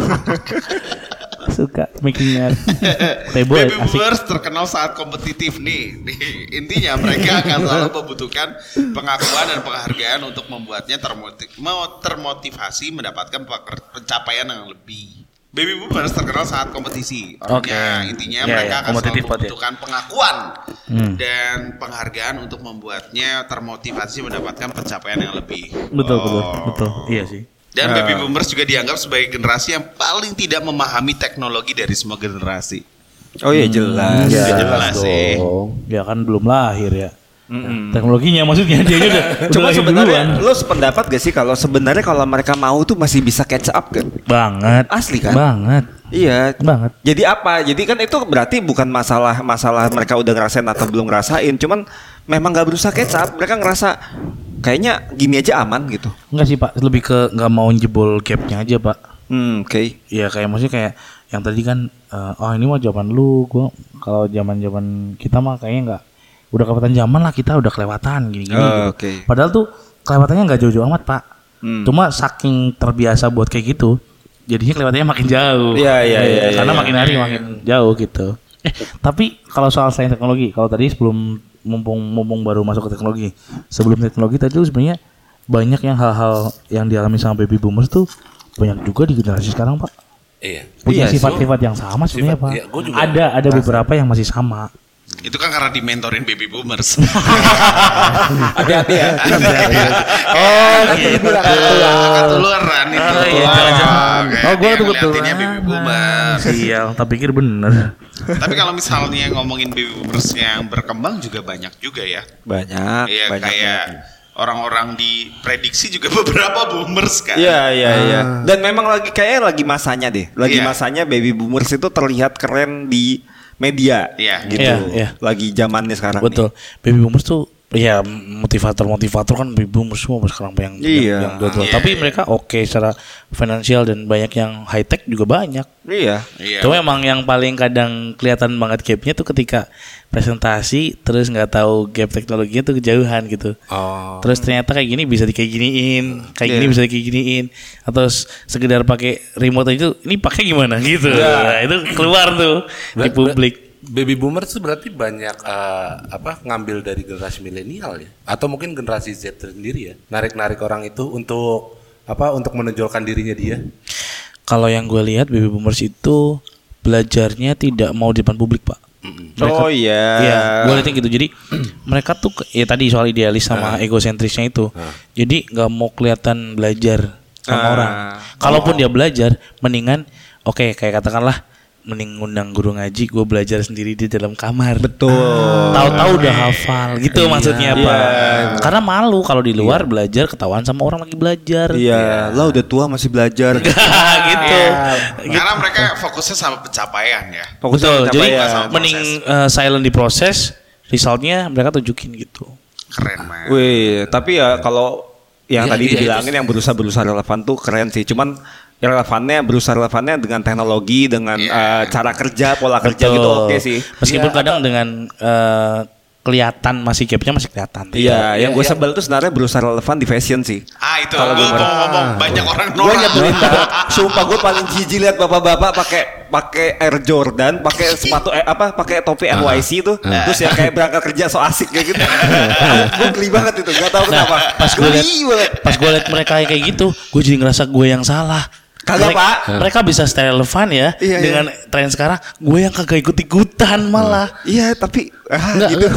Suka making Playboy Baby asik. boomers terkenal saat kompetitif nih. nih. Intinya mereka akan selalu membutuhkan pengakuan dan penghargaan untuk membuatnya termotiv- mau termotivasi mendapatkan peker- pencapaian yang lebih. Baby boomers terkenal saat kompetisi. Orangnya Oke. intinya Ya, mereka ya, akan selalu kompetitif pot ya. membutuhkan pengakuan Hmm. dan penghargaan untuk membuatnya termotivasi mendapatkan pencapaian yang lebih. Betul betul Oh. betul. Iya sih. Dan baby boomers juga dianggap sebagai generasi yang paling tidak memahami teknologi dari semua generasi. Oh iya jelas. Ya, Sudah jelas sih. Ya kan belum lahir ya. Teknologinya maksudnya dia udah udah Cuma lahir sebenarnya duluan. lo sependapat gak sih kalau sebenarnya kalau mereka mau tuh masih bisa catch up kan? Banget. Asli kan? Banget. Iya. Banget. Jadi apa? Jadi kan itu berarti bukan masalah masalah mereka udah ngerasain atau belum ngerasain, cuman memang nggak berusaha catch up. Mereka ngerasa kayaknya gini aja aman gitu. Enggak sih Pak, lebih ke nggak mau jebol gapnya aja Pak. Hmm, oke. Iya kayak maksudnya kayak yang tadi kan, eh, oh ini mah zaman lu, gua kalau zaman zaman kita mah kayaknya nggak, udah kelewatan zaman lah, kita udah kelewatan gini-gini. Oh, gitu. oke. Padahal tuh kelewatannya nggak jauh-jauh amat Pak. Hmm. Cuma saking terbiasa buat kayak gitu, jadinya kelewatannya makin jauh. Iya, iya, Eh, iya, iya, Karena iya. makin hari makin jauh gitu. Eh tapi kalau soal sains teknologi, kalau tadi sebelum mumpung mumpung baru masuk ke teknologi, sebelum teknologi tadi tuh sebenarnya banyak yang hal-hal yang dialami sama baby boomers tuh banyak juga di generasi sekarang Pak. Iya. Punya Iya, sifat-sifat yang sama sebenarnya Sifat- Pak. iya, gua juga ada ada beberapa yang masih sama. Itu kan karena dimentorin baby boomers. Hati-hati ya. Oh, nanti dibilang Ketularan itu. Oh, iya. Oh, Oh, gua tuh ngeliatinnya ketularan. baby boomers. Sial, tak pikir bener. Tapi kalau misalnya ngomongin baby boomers yang berkembang juga banyak juga ya. Banyak, Iya banyak. kayak orang-orang diprediksi juga beberapa boomers kan. Iya, iya, iya. Dan memang lagi kayak lagi masanya deh. Lagi Iya. masanya baby boomers itu terlihat keren di media. Iya. Gitu. Iya, iya. Lagi zamannya sekarang Betul. Baby boomers tuh ya motivator-motivator kan baby boomers semua sekarang yang Iya. yang betul. Iya, Tapi iya. mereka oke secara finansial dan banyak yang high tech juga banyak. nih. Iya. Iya. Cuma emang yang paling kadang kelihatan banget gapnya tuh ketika presentasi terus nggak tahu gap teknologinya tuh kejauhan gitu. Oh. Terus ternyata kayak gini bisa di kayak giniin, kayak gini Iya. bisa di kayak giniin, atau s- sekedar pakai remote itu, ini pakai gimana gitu. Iya. Nah, itu keluar tuh di Ber- publik. Baby boomers itu berarti banyak eh, apa ngambil dari generasi milenial ya, atau mungkin generasi Z sendiri ya, narik-narik orang itu untuk apa untuk menonjolkan dirinya dia. Kalau yang gue lihat baby boomers itu belajarnya tidak mau di depan publik Pak. Oh iya. Iya, gue lihatnya gitu. Jadi mereka tuh ke- ya tadi soal idealis sama egosentrisnya itu. Jadi nggak mau kelihatan belajar sama Ah. orang. Kalaupun dia belajar, mendingan oke kayak katakanlah mending ngundang guru ngaji, gue belajar sendiri di dalam kamar. Betul. Tahu-tahu udah hafal gitu maksudnya iya. Pak. Karena malu kalau di luar belajar ketahuan sama orang lagi belajar. Iya, lah udah tua masih belajar. gitu. Karena mereka fokusnya sama pencapaian ya. Fokus Betul. sama Jadi pencapaian. sama mending uh, silent di proses, resultnya mereka tunjukin gitu. Keren man. Wih, tapi ya kalau yang Iya, tadi iya, dibilangin yang berusaha berusaha relevan tuh keren sih. Cuman relevannya berusaha relevannya dengan teknologi, dengan Iya. eh, cara kerja, pola kerja gitu Betul. oke sih. Meskipun Iya, kadang dengan eh, kelihatan masih gapnya masih kelihatan. Iya, yang iya, gue iya. sebel tuh sebenarnya berusaha relevan di fashion sih. Ah itu Kalau gue gua- mau ngomong banyak orang Gue norak. nyebelin banget. Sumpah gue paling jijik lihat bapak-bapak pakai pakai Air Jordan, pakai sepatu eh, apa, pakai topi N Y C tuh, terus yang kayak berangkat kerja so asik kayak gitu. Gue geli banget itu, gak tahu kenapa. Pas gue liat, Geli banget. pas gue liat mereka kayak gitu, gue jadi ngerasa gue yang salah. Kagak, mereka, Pak. Mereka bisa stay relevan ya Iya, dengan tren sekarang. Gue yang kagak ikut-ikutan malah. Iya, tapi ah, Enggak, gitu.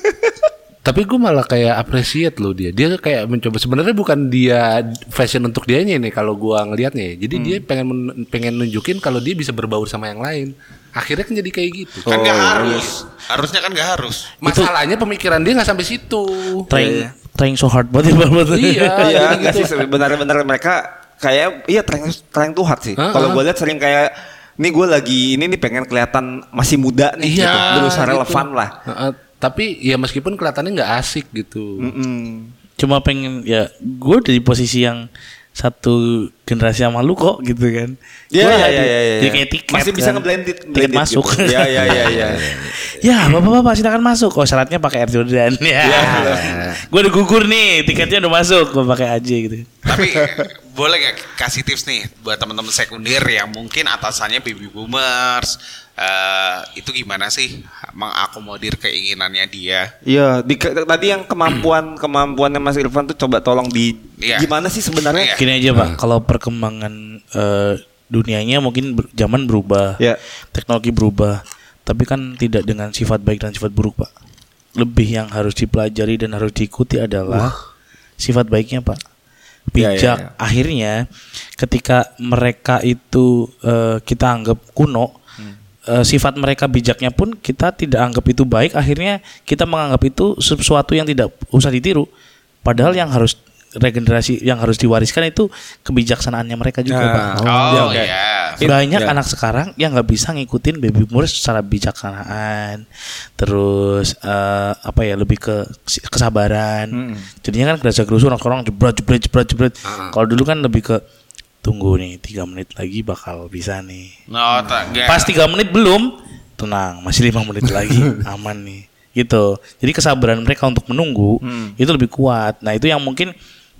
Tapi gue malah kayak appreciate loh dia. Dia kayak mencoba, sebenarnya bukan dia fashion untuk dianya nih kalau gua ngelihatnya. ya. Jadi dia pengen men- pengen nunjukin kalau dia bisa berbaur sama yang lain. Akhirnya kan jadi kayak gitu. Kan gak Oh, harus. Harusnya kan gak harus. Masalahnya pemikiran dia nggak sampai situ. Trying, trying so hard buat buat buat. Iya. Iya, jadi enggak gitu. sih benar-benar mereka kayak iya trying trying too hard sih. Ah, Kalau ah. gue lihat sering kayak nih gue lagi ini nih pengen kelihatan masih muda nih Iya, gitu. Berusaha gitu. relevan lah. Heeh, tapi ya meskipun kelihatannya nggak asik gitu. Mm-mm. Cuma pengen ya gue dari posisi yang satu generasi sama lu kok gitu kan. Iya Gua iya di- iya iya. Jadi kayak tiket Masih bisa kan. ngeblended Tiket blended masuk. gitu. Iya iya iya iya. Ya bapak-bapak silakan masuk. Kok syaratnya pakai Air Jordan ya. Gue udah gugur nih, tiketnya udah masuk. Gue pakai aja gitu. Tapi boleh gak kasih tips nih buat teman-teman sekunder yang mungkin atasannya baby boomers, eh, itu gimana sih mengakomodir keinginannya dia? Iya, di, ke- tadi yang kemampuan kemampuannya Mas Irfan tuh coba tolong di Iya. gimana sih sebenarnya? Iya. Gini aja Pak, kalau perkembangan eh, dunianya mungkin ber- zaman berubah, Ya. teknologi berubah, tapi kan tidak dengan sifat baik dan sifat buruk Pak. Lebih yang harus dipelajari dan harus diikuti adalah sifat baiknya Pak. Ya, Bijak. ya, ya. Akhirnya ketika mereka itu eh, kita anggap kuno, eh, sifat mereka bijaknya pun kita tidak anggap itu baik. Akhirnya kita menganggap itu sesuatu yang tidak usah ditiru. Padahal yang harus regenerasi, yang harus diwariskan itu kebijaksanaannya mereka juga Nah, Pak. Oh Ya, oke. iya. Banyak Ya. anak sekarang yang nggak bisa ngikutin baby boomers secara bijaksanaan, terus eh, apa ya lebih ke si- kesabaran. Jadinya kan kerasa gerusu orang sekarang jebret jebret jebret jebret. Kalau dulu kan lebih ke tunggu nih tiga menit lagi bakal bisa nih. No, tak, enggak. Pas tiga menit belum, tenang masih lima menit lagi aman nih. Gitu. Jadi kesabaran mereka untuk menunggu itu lebih kuat. Nah itu yang mungkin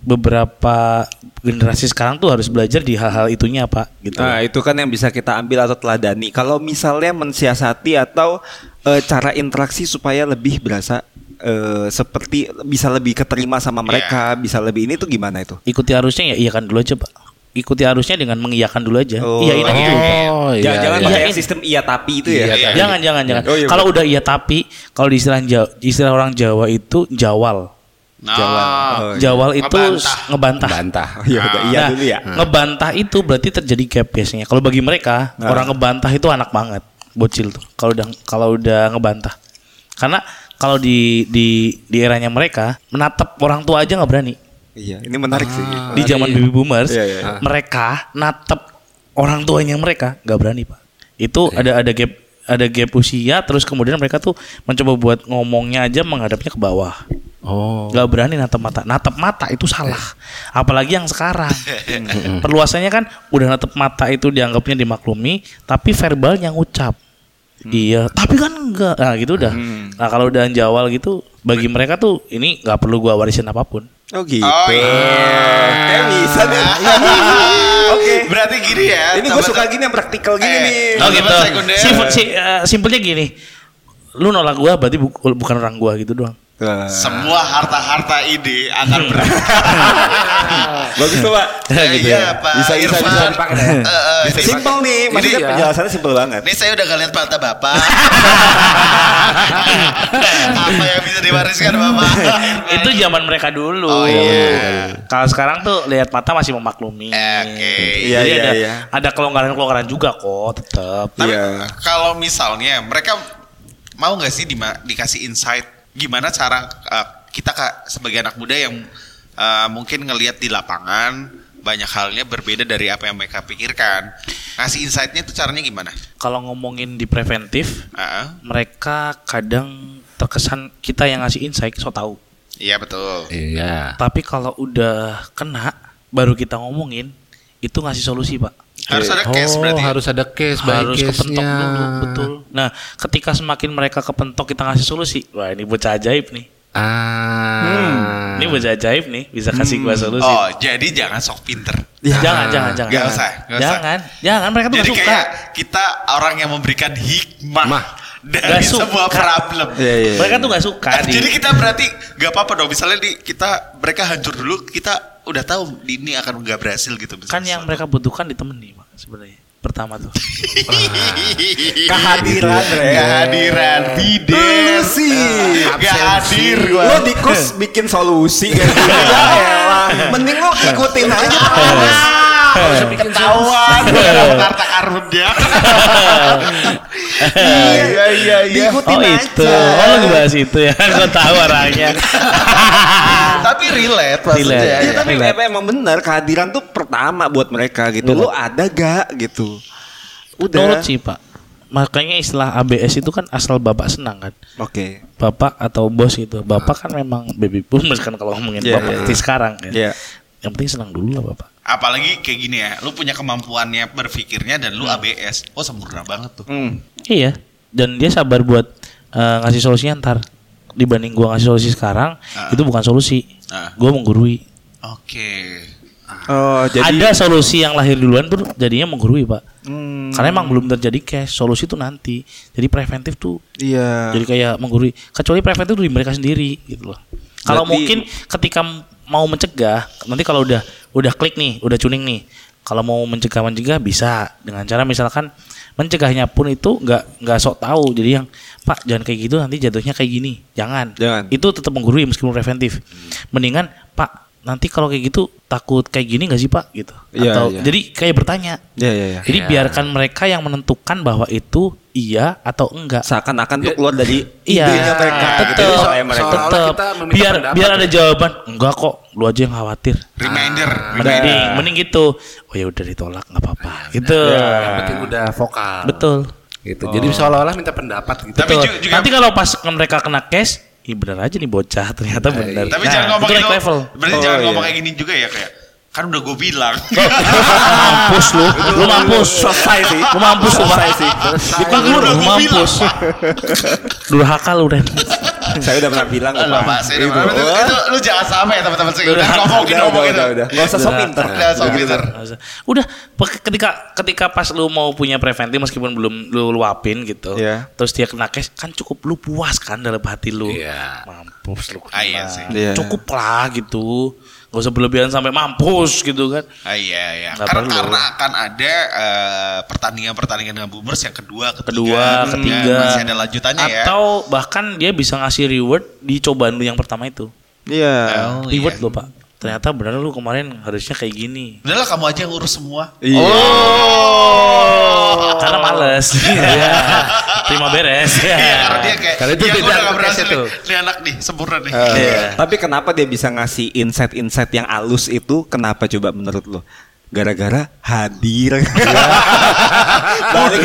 beberapa generasi sekarang tuh harus belajar di hal-hal itunya Pak gitu. Nah, itu kan yang bisa kita ambil atau teladani. Kalau misalnya mensiasati atau eh, cara interaksi supaya lebih berasa eh, seperti bisa lebih keterima sama mereka, bisa lebih ini tuh gimana itu? Ikuti arusnya ya iyakan dulu aja Pak. Ikuti arusnya dengan mengiyakan dulu aja. Oh. Iyain aja dulu. Pak. Oh iya. jangan jangan iya. pakai Iyain. sistem iya tapi itu ya. Iya. Jangan jangan jangan. Oh, iya, Kalau udah iya tapi kalau di istilah Jawa, istilah orang Jawa itu jawal. No. Oh, iya. Jawal itu Ngebantah. ngebantah. Bantah. Oh, ya udah iya Nah, dulu ya. ngebantah itu berarti terjadi gap biasanya. Kalau bagi mereka, Nah. orang ngebantah itu anak banget, bocil tuh. Kalau udah kalau udah ngebantah. Karena kalau di di di eranya mereka, menatap orang tua aja nggak berani. Iya, ini menarik sih. Di zaman baby boomers, Iya, iya. mereka natap orang tuanya mereka nggak berani Pak. Itu ada ada gap ada gap usia, terus kemudian mereka tuh mencoba buat ngomongnya aja menghadapnya ke bawah. Oh. Gak berani natap mata. Natap mata itu salah. Apalagi yang sekarang. Perluasannya kan udah natap mata itu dianggapnya dimaklumi, tapi verbal yang ucap. Iya, tapi kan enggak. Nah, gitu udah. Nah, kalau udah jawal gitu, bagi mereka tuh ini nggak perlu gua warisin apapun. Oh gitu. Oh iya. Kayak bisa nih. Oke. Berarti gini ya. Ini gue teman-teman. suka gini yang praktikal gini Eh, nih. Oh gitu. Teman-teman sekunder. Simpel, si, eh, simpelnya gini. Lu nolak gua berarti bu- bukan orang gua gitu doang. Nah. Semua harta-harta ini akan ber Bagus tuh Pak. Iya Pak Bisa bisa Irfan. bisa. dipakai ya? Eh, eh, Bisa ini- simpel nih, maksudnya ini- penjelasannya simpel banget. Ini saya udah gak lihat mata Bapak. Apa yang bisa diwariskan Bapak? Itu zaman mereka dulu. Oh, iya. Kalau sekarang tuh lihat mata masih memaklumi. Oke. Iya, Jadi iya, ada iya. ada kelonggaran-kelonggaran juga kok tetap. Tapi Iya. kalau misalnya mereka mau nggak sih dima- dikasih insight gimana cara uh, kita Kak, sebagai anak muda yang uh, mungkin ngelihat di lapangan banyak halnya berbeda dari apa yang mereka pikirkan. Ngasih insight-nya itu caranya gimana? Kalau ngomongin di preventif, Ah, mereka kadang terkesan kita yang ngasih insight so tahu. iya betul. Iya. Tapi kalau udah kena baru kita ngomongin itu ngasih solusi, Pak. Harus ada case Oh, berarti. harus ada case by Harus kepentok case-nya. dulu, betul. Nah, ketika semakin mereka kepentok kita ngasih solusi, wah ini bocah ajaib nih. Ah. Ini bocah ajaib nih, bisa kasih gua solusi. Oh, jadi jangan sok pinter. Jangan, jangan, jangan. Nggak jangan. usah, nggak usah. Jangan, jangan. Mereka tuh Jadi nggak suka. kayak kita orang yang memberikan hikmah Mah. dari Nggak suka. sebuah problem. Iya, iya. Mereka tuh nggak suka. Ah, di- jadi kita berarti nggak apa-apa dong. Misalnya di kita mereka hancur dulu, kita udah tahu di ini akan nggak berhasil gitu. kan yang mereka butuhkan ditemani, Pak, sebenarnya. Pertama tuh. Kehadiran, Re. Kehadiran Biden. Lu sih. Gak hadir gua. Lo di kos bikin solusi kayak gitu. Ya elah. Mending lo ikutin aja terus. Harus bikin ketahuan dapat harta karunnya. Iya iya iya. Diikutin Oh aja. itu, oh lo ngebahas itu ya, gue tahu arahnya. Tapi relate maksudnya. Relate. Iya tapi Relate. emang emang benar kehadiran tuh pertama buat mereka gitu. Lo ada gak gitu? Udah. Nurut sih, Pak. Makanya istilah A B S itu kan asal bapak senang kan. Oke. Bapak atau bos itu. Bapak kan memang baby boomers kan kalau ngomongin Iya, bapak iya. di sekarang kan. Iya. Yang penting senang dulu lah bapak. Apalagi kayak gini ya, lu punya kemampuannya berpikirnya dan lu A B S. Oh sempurna banget tuh. Hmm. Iya. Dan dia sabar buat uh, ngasih solusinya ntar. Dibanding gua ngasih solusi sekarang, uh. itu bukan solusi. Uh. Gua menggurui. Oke. Oh, jadi ada solusi yang lahir duluan tuh jadinya menggurui, Pak. Hmm. Karena emang belum terjadi cash, solusi tuh nanti. Jadi preventif tuh. Iya. Jadi kayak menggurui. Kecuali preventif tuh di mereka sendiri gitu loh. Kalau mungkin ketika mau mencegah, nanti kalau udah udah klik nih, udah tuning nih. Kalau mau mencegah mencegah bisa dengan cara misalkan mencegahnya pun itu nggak nggak sok tahu. Jadi yang Pak jangan kayak gitu nanti jatuhnya kayak gini. Jangan. Jangan. Itu tetap menggurui meskipun preventif. Mendingan Pak nanti kalau kayak gitu takut kayak gini nggak sih Pak gitu. Ya, Atau ya. jadi kayak bertanya. Ya, ya, ya. Jadi Ya. biarkan mereka yang menentukan bahwa itu iya atau enggak. Seakan-akan tuh keluar dari Iya, idenya mereka. tetep, gitu, misalnya mereka. Seolah-olah tetep. kita meminta Biar pendapat biar ada ya. jawaban. Enggak kok, lu aja yang khawatir. Reminder. Mending, mending gitu. Oh ya udah ditolak nggak apa-apa. Gitu. Yang penting udah vokal. Betul. Gitu. Jadi seolah-olah minta pendapat gitu. Tapi Betul. ju- juga- Nanti kalau pas mereka kena cash, ih bener aja nih bocah ternyata bener. Tapi Nah, jangan ngomong itu naik gitu. level. Berarti Oh, jangan iya. ngomong kayak gini juga ya kayak. Kan udah gue bilang. Mampus lu, lu mampus. Selesai sih. Lu mampus lu, Pak. sih. Kan Lu udah lu gue bilang. mampus. Durhaka lu, Ren. Saya udah pernah bilang kok, Halo Pak, saya udah bilang. Itu, itu lu jangan sama ya teman-teman saya. Udah Udah, ngomongin Udah, ngomong udah, gitu. udah, udah. Gak usah sok pinter. Udah sok pinter. Udah pe- ketika ketika pas lu mau punya preventif meskipun belum lu luapin gitu. Iya. Terus dia kena cash kan cukup lu puas kan dalam hati lu. Iya. Mampus lu. Ah, iya sih. Iya. Cukup lah gitu. Gak usah berlebihan sampai mampus gitu kan. Ah, iya iya. Nggak Karena perlu. karena akan ada eh, pertandingan-pertandingan dengan boomers yang kedua, ketiga, Kedua, ya, ketiga. masih ada lanjutannya ya. Atau bahkan dia bisa ngasih reward di cobaan lu yang pertama itu. Iya. Oh, Reward iya. lo Pak. Ternyata benar lu kemarin harusnya kayak gini. Udahlah kamu aja yang urus semua. Iya. Oh. Karena males. Iya. Terima beres. Iya, Iya. karena dia kayak Karena itu "Iya, gua beda udah gak berhasil case itu." nih. Ini anak nih, sempurna nih. Eh, Iya. Tapi kenapa dia bisa ngasih insight-insight yang halus itu? Kenapa coba menurut lo? Gara-gara hadir. Balik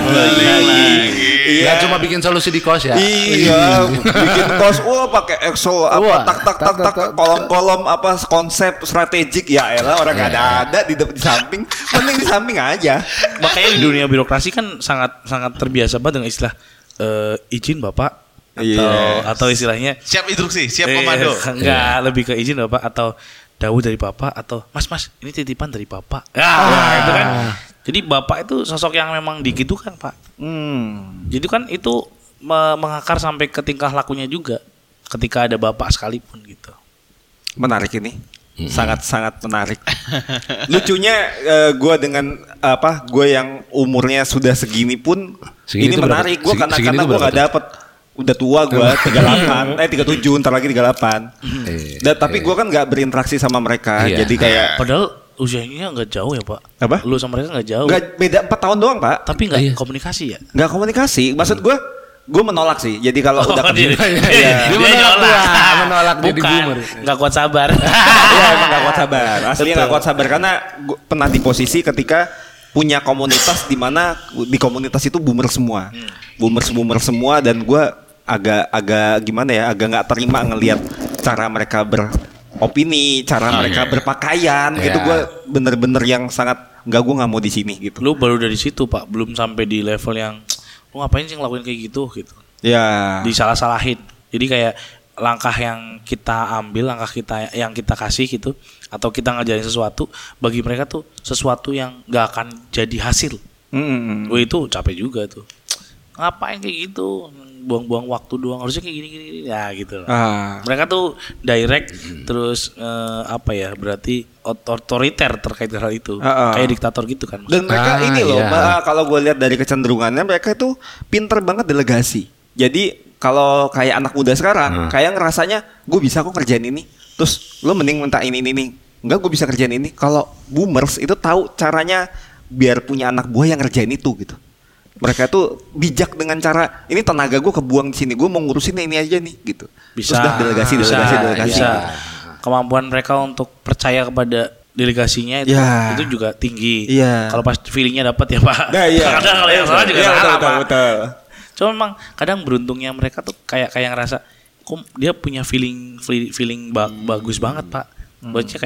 lagi. Iya, cuma bikin solusi di kos ya. Iya, bikin kos, wah pakai Excel apa Wah, tak tak tak tak tak kolom-kolom apa konsep strategik ya elah orang nggak ada ada di di samping, mending di samping aja. Makanya di dunia birokrasi kan sangat sangat terbiasa banget dengan istilah eh, izin Bapak atau Yes. atau istilahnya Siap instruksi, siap eh, komando. enggak lebih ke izin Bapak atau dawuh dari Bapak atau Mas Mas ini titipan dari Bapak. Ah, itu kan. Jadi Bapak itu sosok yang memang digitukan, Pak. Hmm. Jadi kan itu me- mengakar sampai ke tingkah lakunya juga ketika ada Bapak sekalipun gitu. Menarik ini. Sangat-sangat menarik. Lucunya eh, gue dengan apa? Gue yang umurnya sudah segini pun Segini ini itu berapa? menarik. Gue Segi- karena segini karena itu gue berapa nggak tuh? dapet. Udah tua gue tiga puluh delapan, eh tiga puluh tujuh, ntar lagi tiga puluh delapan. Eh, Dan tapi gue kan nggak berinteraksi sama mereka, Iya. jadi kayak Padahal usianya nggak jauh ya, Pak. Apa? Lu sama mereka nggak jauh. nggak beda empat tahun doang pak. Tapi nggak Iya. komunikasi ya? Nggak komunikasi. Maksud gue, gue menolak sih. Jadi kalau udah Oh, dia, kerja, dia, Iya. dia menolak nyolak. gua, menolak jadi Bukan, boomer. nggak kuat sabar. Iya emang gak kuat sabar. Aslinya Betul. gak kuat sabar karena gue pernah di posisi ketika punya komunitas di mana di komunitas itu boomer semua, boomers boomer semua dan gue agak agak gimana ya, agak nggak terima ngelihat cara mereka beropini, cara mereka berpakaian gitu. Iya. Gue bener-bener yang sangat nggak, gue nggak mau di sini gitu. Lu baru dari situ, Pak. Belum sampai di level yang lu ngapain sih ngelakuin kayak gitu gitu. Ya. Disalah-salahin. Jadi kayak langkah yang kita ambil, langkah kita yang kita kasih gitu, atau kita ngajarin sesuatu, bagi mereka tuh sesuatu yang nggak akan jadi hasil. Mm-mm. Wah itu capek juga tuh. Ngapain kayak gitu? Buang-buang waktu doang. Harusnya kayak gini-gini. Ya gitu lah. Ah. Mereka tuh direct, terus eh, apa ya? Berarti ot- otoriter terkait hal itu. Ah, ah. Kayak diktator gitu kan. Dan mereka Ah, ini loh, iya. Mbak, kalau gue lihat dari kecenderungannya mereka itu pinter banget delegasi. Jadi kalau kayak anak muda sekarang, Hmm. kayak ngerasanya gue bisa kok kerjain ini. Terus lo mending minta ini ini ini. Enggak, gue bisa kerjain ini. Kalau boomers itu tahu caranya biar punya anak buah yang ngerjain itu gitu. Mereka tuh bijak dengan cara ini tenaga gue kebuang di sini, gue mau ngurusin ini aja nih gitu. Bisa. Terus udah delegasi, bisa, delegasi, delegasi. bisa. Kemampuan mereka untuk percaya kepada delegasinya itu, Ya. itu juga tinggi. Iya. Kalau pas feelingnya dapat ya Pak. Nah, iya. Kadang kalau yang salah juga Iya, salah betul, Pak. betul, betul. Cuma memang kadang beruntungnya mereka tuh kayak kayak ngerasa kok dia punya feeling feeling ba- bagus banget Pak. Maksudnya kayak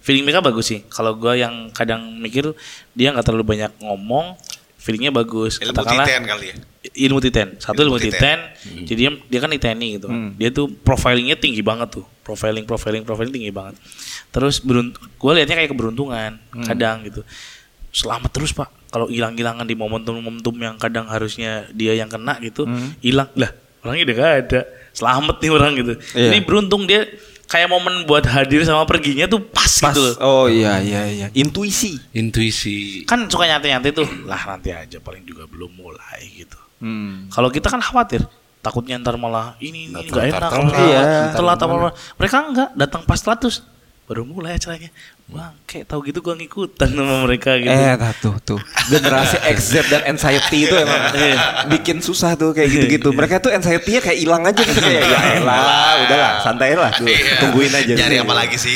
feeling mereka bagus sih. Kalau gue yang kadang mikir dia nggak terlalu banyak ngomong, feelingnya bagus. Ilmu titen kali ya. Ilmu titen, satu ilmu, ilmu titen. titen. Hmm. Jadi dia, dia kan iteni gitu. Hmm. Dia tuh profilingnya tinggi banget tuh, profiling, profiling, profiling tinggi banget. Terus berunt, gue liatnya kayak keberuntungan, hmm. kadang gitu. Selamat terus pak. Kalau hilang-hilangan di momentum-momentum yang kadang harusnya dia yang kena gitu, hilang hmm. lah. Orangnya udah gak ada. Selamat nih orang gitu. Yeah. Jadi beruntung dia. Kayak momen buat hadir sama perginya tuh pas, pas. gitu. Oh iya iya iya. Intuisi. Intuisi. Kan suka nyantai-nyantai tuh. Lah nanti aja paling juga belum mulai gitu. Hmm. Kalau kita kan khawatir. Takutnya ntar malah ini, ini gak enak. Iya. Telat apa. Mereka enggak. Datang pas telat terus. Baru mulai acaranya. Bang kayak tahu gitu gue ngikutan sama mereka gitu. Eh tuh tuh. Generasi X Z dan anxiety itu emang bikin susah tuh kayak gitu-gitu. Mereka tuh anxiety-nya kayak hilang aja gitu. Kayak ya elah udahlah santai lah. Tuh, tungguin aja. Nyari apa lagi sih?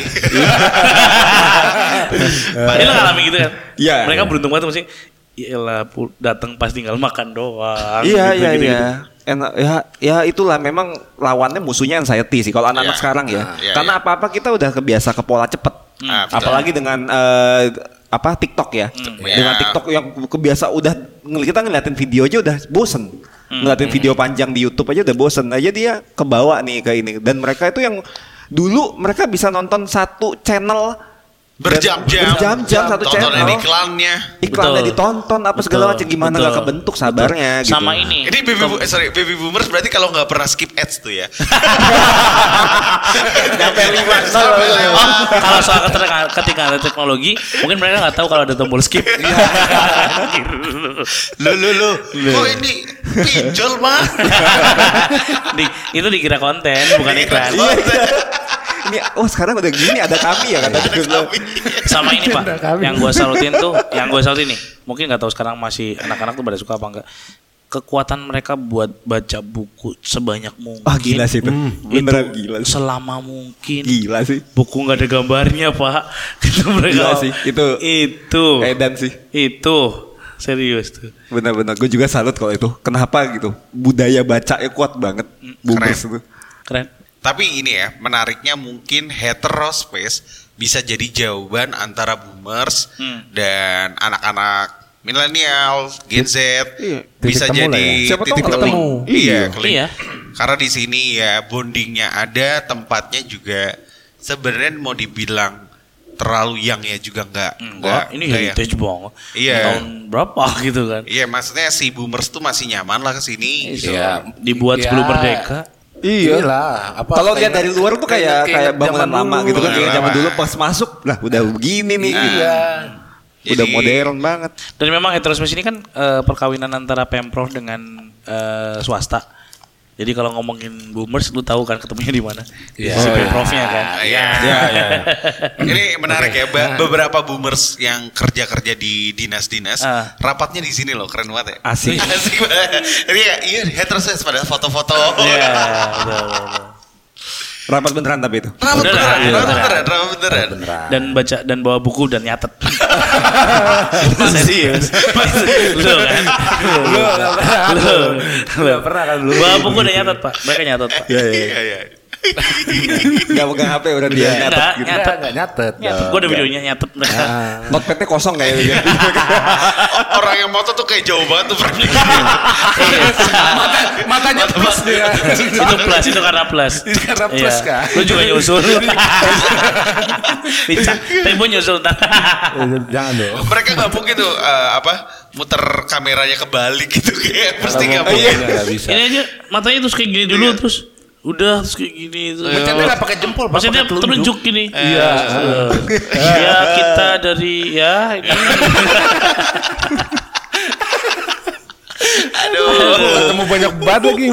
Ini lo ngalami gitu kan? Iya. Mereka beruntung banget mesti. Iyalah datang pas tinggal makan doang. Iya gitu, iya gitu, iya. Gitu. Enak ya ya itulah memang lawannya musuhnya anxiety sih kalau anak-anak yeah. sekarang ya. Uh, yeah, Karena yeah. apa-apa kita udah kebiasa ke pola cepet. Hmm. Apalagi dengan uh, apa TikTok ya. Hmm. Dengan yeah. TikTok yang kebiasa udah kita ngeliatin video aja udah bosen. Hmm. Ngeliatin video panjang di YouTube aja udah bosen. Aja dia kebawa nih ke ini. Dan mereka itu yang dulu mereka bisa nonton satu channel berjam-jam berjam-jam satu channel iklannya iklannya betul. Ditonton apa betul. Segala macam gimana nggak kebentuk sabarnya betul. Gitu. Sama ini ini baby, bu- sorry, baby boomers berarti kalau nggak pernah skip ads tuh ya sampai lima kalau soal ketika ada teknologi mungkin mereka nggak tahu kalau ada tombol skip lu lu lu kok ini pinjol mah Di, itu dikira konten bukan iklan ini oh sekarang udah gini ada kami ya kata sama ini pak yang gue salutin tuh yang gue salutin nih mungkin nggak tahu sekarang masih anak-anak tuh pada suka apa enggak kekuatan mereka buat baca buku sebanyak mungkin ah gila sih itu hmm, beneran gila sih. Selama mungkin gila sih buku nggak ada gambarnya pak itu mereka gila sih itu itu edan sih itu serius tuh benar-benar gue juga salut kalau itu kenapa gitu budaya bacanya kuat banget boomers itu keren. Tapi ini ya, menariknya mungkin heterospace bisa jadi jawaban antara boomers hmm. dan anak-anak milenial, Gen Z iya, bisa jadi ya. titik temu. Iya, iya. Karena di sini ya bondingnya ada, tempatnya juga sebenarnya mau dibilang terlalu young ya juga enggak. Enggak, ini heritage banget. Iya. Tahun berapa gitu kan. Iya, maksudnya si boomers tuh masih nyaman lah ke sini. Iya, gitu. Dibuat iya. Sebelum merdeka. Iya lah. Kalau lihat dari luar tuh kayak kayak bangunan lama gitu kan kayak zaman dulu pas masuk lah udah begini nih. Iya. Udah jadi, modern banget. Dan memang heterospace ini kan uh, perkawinan antara Pemprov dengan uh, swasta. Jadi kalau ngomongin boomers lu tahu kan ketemunya di mana? Yeah. Si Oh, Pemprovnya kan. Iya. Iya, iya. Ini menarik okay. ya Be- beberapa boomers yang kerja-kerja di dinas-dinas uh. rapatnya di sini loh, keren banget ya. Asik. Asik banget. Ini ya, iya heterospace pada foto-foto. Iya, betul. Rapat beneran tapi itu. Rapat beneran, beneran, rapat beneran, beneran, rapat beneran. Dan baca dan bawa buku dan nyatet. Serius. Lu kan? Lu lu lu pernah kan lu. Bawa buku dan nyatet, Pak. Mereka nyatet, Pak. Iya, iya, iya. Gak pegang H P udah dia nyatet nggak, gitu. Nyatet, nggak nyatet. nyatet. Gue ada videonya nyatet mereka. Ah. Notepad-nya kosong kayaknya gitu. Orang yang moto tuh kayak jauh banget tuh pergi. Mata, matanya plus dia. Itu plus, itu karena plus. Itu karena plus kan. Lu juga nyusul. Bisa. Tempo nyusul. Jangan dong. Mereka nggak mungkin tuh uh, apa muter kameranya kebalik gitu kayak pasti nggak mungkin. mungkin. Nggak bisa. Ini aja matanya terus kayak gini dulu terus. Udah terus kayak gini. Macamnya nggak pakai jempol, maksudnya telunjuk gini. Iya. Ya kita dari ya ini. Aduh, ketemu banyak banget lagi.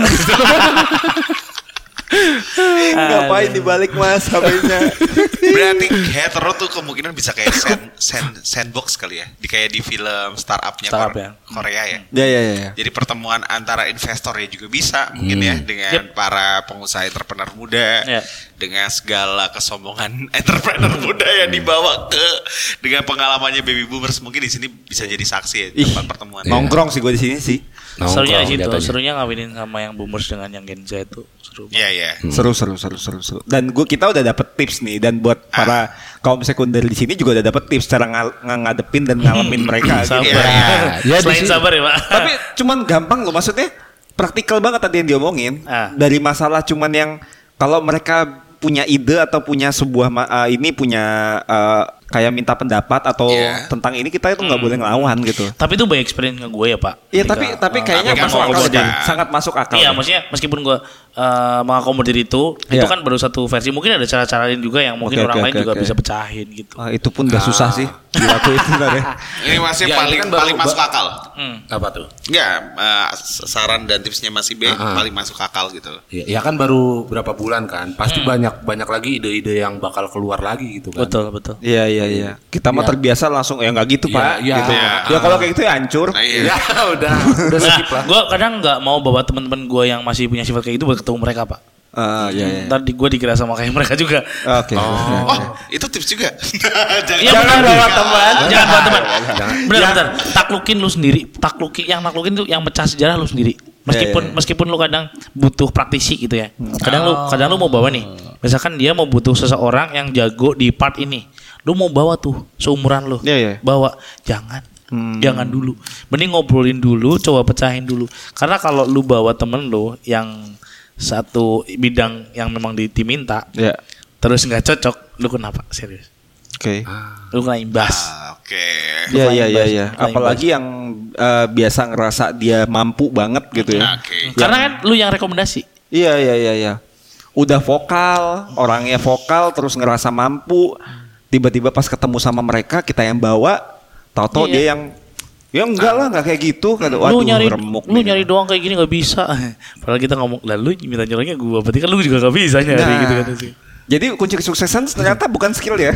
Ngapain dibalik mas H P-nya? Berarti hetero tuh kemungkinan bisa kayak sand, sand, sandbox kali ya, di kayak di film startupnya Startup, Kor- ya. Korea ya. Ya ya ya. Jadi pertemuan antara investor ya juga bisa mungkin ya dengan Yep. para pengusaha entrepreneur muda Ya. dengan segala kesombongan entrepreneur muda yang dibawa ke dengan pengalamannya baby boomers, mungkin di sini bisa jadi saksi ya tempat pertemuan. Nongkrong sih gue di sini sih. Serunya di situ, jatuhnya. serunya ngawinin sama yang boomers dengan yang Gen Z itu seru. Iya iya. Seru seru seru seru seru. Dan gue kita udah dapet tips nih, dan buat para kaum sekunder di sini juga udah dapet tips cara ng- ngadepin dan ngalamin mereka. Sabar. Gitu. Ya, selain sabar ya Pak. Tapi cuman gampang loh, maksudnya praktikal banget tadi yang diomongin. Ah. Dari masalah cuman yang kalau mereka punya ide atau punya sebuah ma- uh, ini punya uh, kayak minta pendapat atau Yeah. tentang ini, kita itu nggak boleh ngelawan gitu. Tapi itu banyak experience ke gue ya Pak. Iya, Ketika, tapi tapi uh, kayaknya tapi kan masuk akal mengakomodir. deh. Sangat masuk akal. Iya, deh. maksudnya meskipun gue uh, mengakomodir itu, itu Iya. kan baru satu versi. Mungkin ada cara-cara lain juga yang mungkin Oke, orang oke, lain oke, juga oke. bisa pecahin gitu. Ah, itu pun udah susah sih dilakuin sebenarnya. Ini masih Ya, paling ini kan baru- paling masuk ba- akal. Hmm. Apa tuh? Ya, eh, saran dan tipsnya Mas Ibe Ah, ah. paling masuk akal gitu. Ya, ya kan baru berapa bulan kan, pasti banyak banyak lagi ide-ide yang bakal keluar lagi gitu kan. Betul, betul. Iya iya iya. Kita mah Iya. terbiasa langsung ya nggak gitu Iya, Pak. iya. Gitu. Iya. Ya kalau kayak gitu ya hancur. Nah, iya. Ya udah, udah Nah, skip lah. gue kadang nggak mau bawa teman-teman gue yang masih punya sifat kayak itu buat ketemu mereka Pak. Ah iya iya. Ntar di gue dikira sama kayak mereka juga. Oke. Oh, itu tips juga. Jangan Iya Jangan benar, bawa benar. teman. Jangan bawa teman. Jangan. Benar Ya. benar. Taklukin lu sendiri. Taklukin yang naklukin tuh yang mecah sejarah lu sendiri. Meskipun Ya, ya, ya. meskipun lu kadang butuh praktisi gitu ya. Kadang lu kadang lu mau bawa nih. Misalkan dia mau butuh seseorang yang jago di part ini. Lu mau bawa tuh seumuran lu. Ya, ya. Bawa. Jangan. Hmm. Jangan dulu. Mending ngobrolin dulu, coba pecahin dulu. Karena kalau lu bawa temen lu yang satu bidang yang memang diminta, Ya. terus nggak cocok, lu kenapa? Serius. Oke. Lu kena imbas. Ah, Oke. Iya iya iya iya. Flying Apalagi yang eh, biasa ngerasa dia mampu banget gitu ya. Oke. Karena kan lu yang rekomendasi. Iya iya iya iya. Udah vokal, orangnya vokal terus ngerasa mampu. Tiba-tiba pas ketemu sama mereka kita yang bawa, tahu-tahu Iya. dia yang ya enggak lah, enggak kayak gitu. Kata, Lu waduh, nyari remuk lu nih. nyari doang kayak gini nggak bisa. Padahal kita ngomong, "Lah lu minta nyolongnya gua, berarti kan lu juga nggak bisa nyari Nah, gitu kan sih." Jadi kunci kesuksesan ternyata bukan skill ya.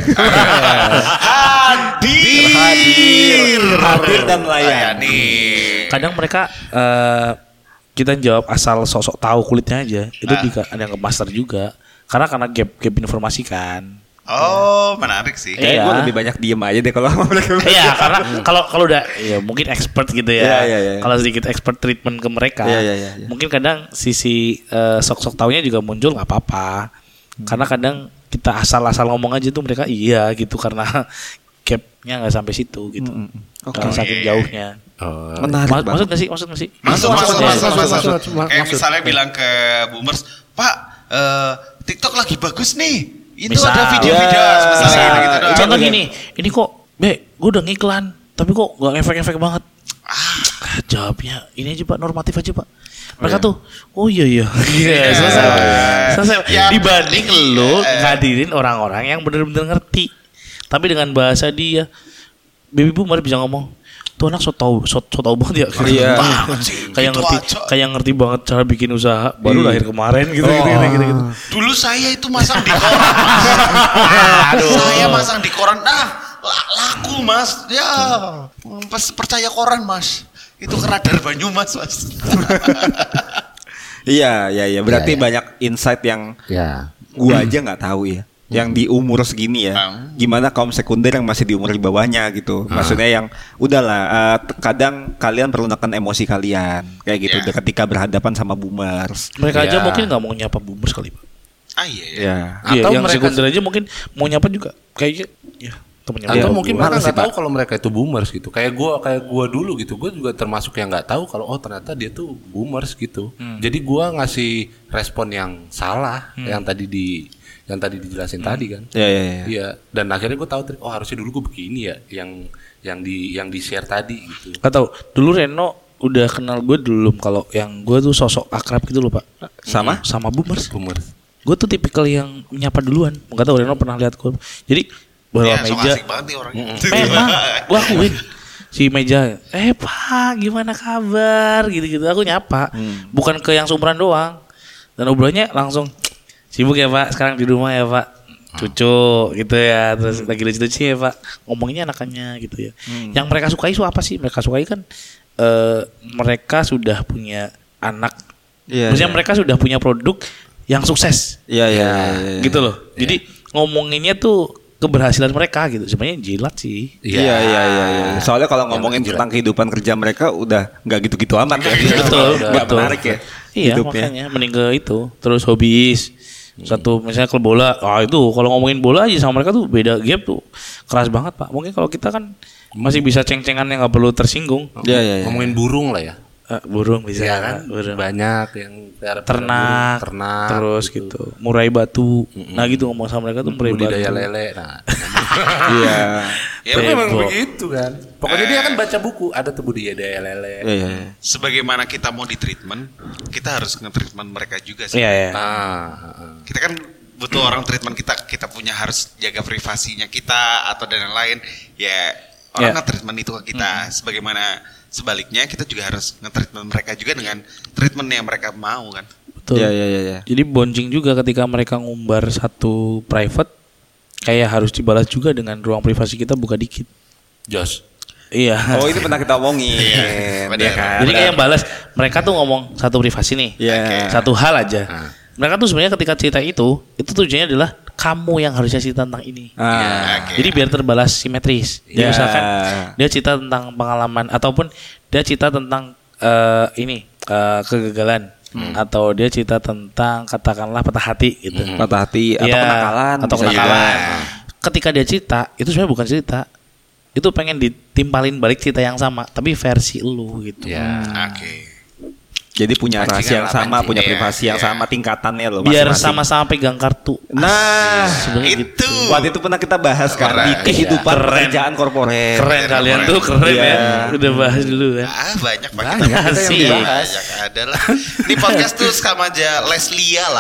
Hadir. Hadir, hadir dan layan. Layani. Kadang mereka eh, kita jawab asal sosok tahu kulitnya aja. Itu Ah. di, ada yang ke master juga. Karena karena gap gap informasi kan. Oh, menarik sih. Kayak Iya. gue lebih banyak diem aja deh kalau sama mereka. Iya, karena kalau kalau udah ya mungkin expert gitu ya. Iya, iya, iya. Kalau sedikit expert treatment ke mereka. Iya, iya, iya, iya. Mungkin kadang sisi eh, sok-sok taunya juga muncul nggak apa-apa. Karena kadang kita asal-asal ngomong aja tuh mereka iya gitu karena gapnya nggak sampai situ gitu. Oke. Karena saking jauhnya. Oh, Menarik Ma- banget. maksud nggak sih? Maksud nggak sih? Masuk, masuk, Iya. masuk, masuk, masuk. masuk, Kayak masuk. misalnya bilang ke boomers, Pak, eh, TikTok lagi bagus nih. Itu Misal. ada video-video Ya, misalnya Misal, gitu-gitu doang. contoh gini, ini kok, be, gue udah ngiklan, tapi kok nggak efek-efek banget. Ah, jawabnya ini aja Pak, normatif aja Pak. Mereka tuh, oh iya iya, iya selesai, selesai. Ya, Dibanding iya. lo ngadirin orang-orang yang bener-bener ngerti, tapi dengan bahasa dia, baby boomer bisa ngomong, tuh anak so tau, so, so tau banget ya. Iya. Banget sih, kayak gitu ngerti, aja. kayak ngerti banget cara bikin usaha, baru Iya. lahir kemarin gitu, Oh. gitu, gitu, gitu, gitu. Dulu saya itu masang di koran, Mas. Saya masang di koran, nah la- laku Mas. Ya, pas percaya koran Mas. Itu ke radar Banyumas Mas. Iya iya iya. Berarti Iya, iya. banyak insight yang ya. gua aja nggak tahu ya. Yang di umur segini ya, Hmm. gimana kaum sekunder yang masih di umur di bawahnya gitu. Maksudnya yang udahlah, eh, t- kadang kalian perlu menekan emosi kalian kayak gitu Ya. ketika berhadapan sama boomers. Mereka aja Ya. mungkin nggak mau nyapa boomers kali Pak. Ah iya, iya. Ya. Iya, Atau yang mereka- sekunder aja mungkin mau nyapa juga. Kayaknya ya temennya Atau gua. mungkin gua- mereka Mana sih, nggak tahu Pak? kalau mereka itu boomers gitu. Kayak gua kayak gua dulu gitu. Gua juga termasuk yang nggak tahu kalau oh ternyata dia tuh boomers gitu. Jadi gua ngasih respon yang salah yang tadi di yang tadi dijelasin tadi kan. Ya ya ya. Iya, dan akhirnya gue tahu trik, oh harusnya dulu gue begini ya, yang yang di yang di share tadi gitu. Gak tau. Dulu Reno udah kenal gue belum kalau yang gue tuh sosok akrab gitu loh Pak. Sama? Sama boomers. Boomers. Gue tuh tipikal yang menyapa duluan. Gak tau Reno pernah lihat gue. Jadi bawa Ya, so meja. asik banget nih orangnya. Memang gue akuin si meja. Eh Pak, gimana kabar? Gitu-gitu. Aku nyapa. Bukan ke yang seumuran doang. Dan obrolannya langsung sibuk ya Pak. Sekarang di rumah ya Pak. Cucu gitu ya. Terus lagi lucu-lucu ya Pak. Ngomongnya anakannya gitu ya. Yang mereka sukai itu apa sih? Mereka sukai kan eh, mereka sudah punya anak. Iya, Maksudnya iya. mereka sudah punya produk yang sukses. Iya iya iya. Gitu loh. Jadi ngomonginnya tuh keberhasilan mereka gitu. Sebenarnya jilat sih. Iya iya iya. iya. Soalnya kalau ngomongin tentang kehidupan kerja mereka udah nggak gitu-gitu amat ya. Betul, Nggak betul. menarik ya. Iya hidupnya. makanya mending ke itu. Terus hobis. Satu misalnya klub bola. Ah itu kalau ngomongin bola aja sama mereka tuh beda gap tuh. Keras banget Pak. Mungkin kalau kita kan masih bisa ceng-cengan yang nggak perlu tersinggung. Iya iya. Ngomongin burung lah ya. Eh, burung bisa Iya kan? burung. Banyak yang pelihara Ternak, burung, ternak, terus gitu. Murai batu. Nah gitu ngomong sama mereka tuh murai batu. budidaya lele. Nah, Iya. ya memang Tembok. begitu kan. Pokoknya dia kan baca buku, ada tuh budidaya lele. Iya iya. Sebagaimana kita mau di treatment, kita harus nge-treatment mereka juga sih. Iya ya. Ah, Kita kan butuh orang treatment kita, kita punya harus jaga privasinya kita atau dan lain-lain. Ya orang Ya. nge-treatment itu ke kita. Sebagaimana sebaliknya kita juga harus nge-treatment mereka juga dengan treatment yang mereka mau kan. Betul. Iya iya iya. iya. Jadi bonding juga ketika mereka ngumbar satu private kayak harus dibalas juga dengan ruang privasi kita buka dikit. Jos. Iya. Oh ini pernah kita omongin. Benar. Iya kan. Jadi kayak yang balas mereka tuh ngomong satu privasi nih. Iya. Satu hal aja. Mereka tuh sebenarnya ketika cerita itu, itu tujuannya adalah kamu yang harusnya cerita tentang ini. Ah. Oke. Jadi biar terbalas simetris. Jadi Ya. misalkan dia cerita tentang pengalaman ataupun dia cerita tentang eh, ini eh, kegagalan atau dia cerita tentang katakanlah patah hati gitu. Patah hati atau Iya, kenakalan atau bisa kenakalan. juga. Ketika dia cerita, itu sebenarnya bukan cerita. Itu pengen ditimpalin balik cerita yang sama, tapi versi lu gitu. Ya. Oke. Jadi punya Pancingan rahasia yang lah, sama, pancing. punya Iya, privasi yang iya. sama, tingkatannya loh Biar masing-masing. sama-sama pegang kartu. Nah, Sebenarnya gitu. Itu. waktu itu pernah kita bahas kan di Keren. kehidupan Keren. pekerjaan korporat. Keren kalian tuh keren Iya. ya. Udah bahas dulu kan. Ah banyak pak Banyak, kita kita yang Asik. dibahas. banyak ada lah. Di podcast tuh sama aja Leslia lah.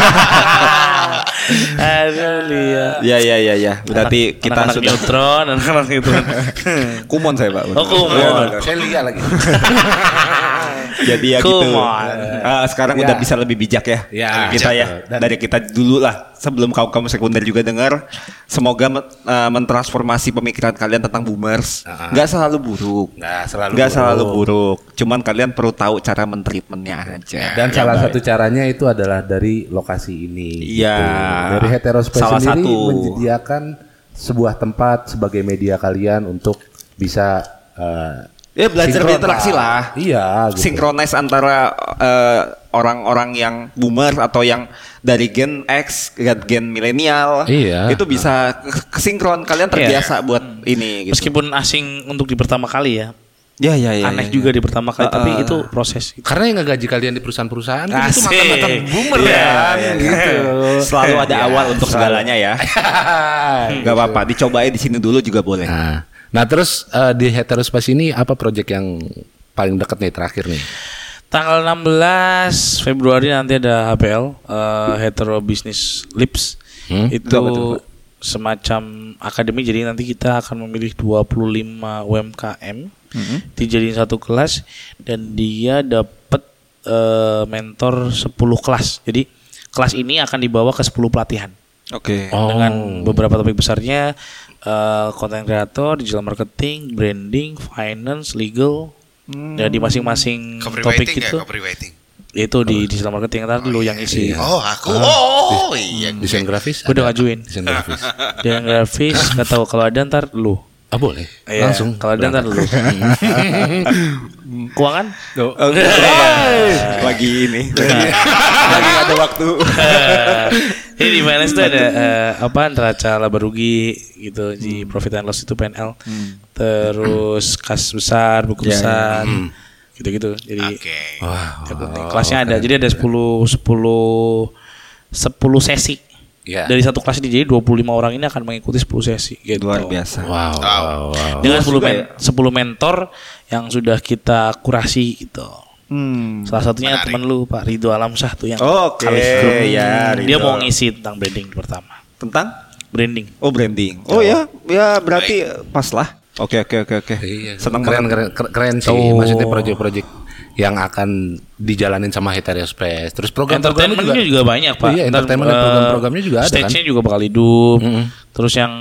Aduh lihat. Iya iya iya ya. Berarti kita anak-anak sudah neutron, anak-anak neutron. kumon saya Pak. Oh, kumon. Saya lihat lagi. Jadi ya gitu. Kumon. Ah, sekarang Ya. udah bisa lebih bijak ya. Ya. Kita ya. Dan- Dari kita dulu lah sebelum kaum-kaum sekunder juga dengar. Semoga men- eh, mentransformasi pemikiran kalian tentang boomers. Ah. Nggak selalu buruk. Nggak selalu Nggak buruk. selalu buruk. Cuman kalian perlu tahu cara mentreatmentnya aja. Dan salah satu caranya itu adalah dari lokasi ini. Iya. gitu. Dari Heterospace Salah sendiri satu. menyediakan sebuah tempat sebagai media kalian untuk bisa eh, Ya belajar sinkron berinteraksi lah. Iya. Gitu. Sinkronize antara eh, orang-orang yang boomer atau yang dari gen X ke gen milenial. Iya. Itu bisa ke- kesinkron. Kalian terbiasa buat ini gitu. Meskipun asing untuk di pertama kali ya. Ya ya ya. Aneh ya, juga ya. di pertama kali, Uh, tapi uh. itu proses. Karena yang ngegaji kalian di perusahaan-perusahaan kan itu Asik. mantan-mantan boomer Iya, kan iya, gitu. Selalu ada Ya, awal untuk selalu. segalanya ya. Gak apa-apa, dicobain di sini dulu juga boleh. Nah, nah terus eh, di Heterospace ini apa project yang paling dekat nih terakhir nih? Tanggal enam belas Februari nanti ada H B L, eh, Hetero Business Lips. Hmm? Itu Itu apa tuh, Pak? semacam akademi, jadi nanti kita akan memilih dua puluh lima U M K M dijadiin satu kelas dan dia dapat eh, mentor sepuluh kelas. Jadi kelas ini akan dibawa ke sepuluh pelatihan. Oke. Dengan beberapa topik besarnya, eh, content creator, digital marketing, branding, finance, legal. Dan di masing-masing topik Copywriting itu ya, copywriting. itu di digital marketing ntar dulu yang isi. Oh aku, oh iya. Desain grafis? Gue udah ada. ngajuin. Desain grafis. Desain grafis nggak tahu, kalau ada ntar lu. Ah boleh. Iya, Langsung. kalau ada ntar lu. Keuangan? Lagi ini. Lagi ada waktu. Ini di finance tuh ada eh, apa neraca laba rugi gitu, di profit and loss itu P N L. Terus kas besar, buku besar. Gitu-gitu. Jadi Oke. Wah. ya, kelasnya ada. Jadi ada sepuluh sepuluh sepuluh sesi. Ya. Dari satu kelas ini, jadi dua puluh lima orang ini akan mengikuti sepuluh sesi gitu. Luar biasa. Wow. wow, wow. Dengan Luas sepuluh, juga men- sepuluh mentor yang sudah kita kurasi gitu. Hmm. Salah satunya temen lu Pak Ridho Alamsyah tuh yang Oke, Khalif Group. ya, Dia Ridho. mau ngisi tentang branding pertama. Tentang? Branding. Oh branding. Oh ya, ya berarti pas lah. Oke oke oke oke. Iya. Senang keren, banget. keren, keren, keren sih. Maksudnya proyek-proyek yang akan dijalanin sama Heterospace. Terus program-programnya Entertainment-nya juga, juga banyak Pak. Oh iya, Ntar, entertainment dan eh, program-programnya juga ada kan. Stage-nya juga bakal hidup. Mm-mm. Terus yang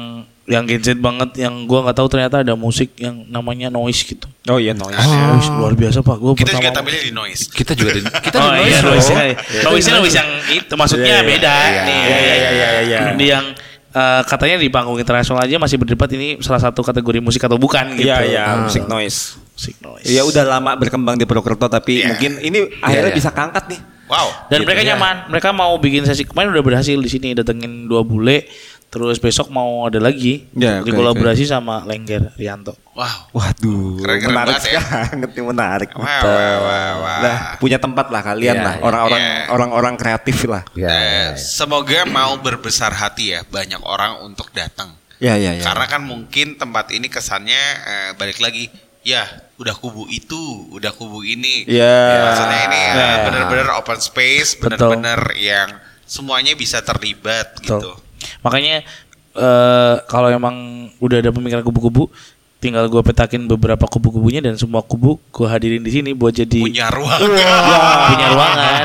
yang gadget banget yang gua nggak tahu ternyata ada musik yang namanya noise gitu. Oh iya noise. Oh. Noise luar biasa Pak. Gua Kita pertama juga tampilnya di noise. Kita juga di, kita Oh di iya noise. noise. loh. Noise noise yang itu maksudnya Iya, iya, beda iya. nih. Iya, iya, iya, iya. Ini yang eh, katanya di panggung internasional aja masih berdebat ini salah satu kategori musik atau bukan gitu. Iya iya musik noise. Musik noise. Ya udah lama berkembang di Purwokerto tapi Iya. mungkin ini akhirnya iya. bisa keangkat nih. Wow. Dan Gitu, mereka ya. nyaman. Mereka mau bikin sesi kemarin udah berhasil di sini datengin dua bule. Terus besok mau ada lagi Ya, di oke, kolaborasi sama Lengger Rianto. Wow. Waduh, Keren-keren menarik banget ya. banget nih menarik. Wah, wah, wah, wah. Lah punya tempat lah kalian Iya, lah iya. orang-orang Iya. orang-orang kreatif lah. Ya, Eh, semoga mau berbesar hati ya banyak orang untuk datang. Ya ya ya. Karena kan mungkin tempat ini kesannya eh, balik lagi, ya udah kubu itu, udah kubu ini. Ya. Maksudnya ini ya, Ya. benar-benar open space, Betul. benar-benar yang semuanya bisa terlibat Betul. gitu. Makanya eh, kalau emang udah ada pemikiran kubu-kubu, tinggal gue petakin beberapa kubu-kubunya dan semua kubu gue hadirin di sini buat jadi Punya ruang. punya ruangan.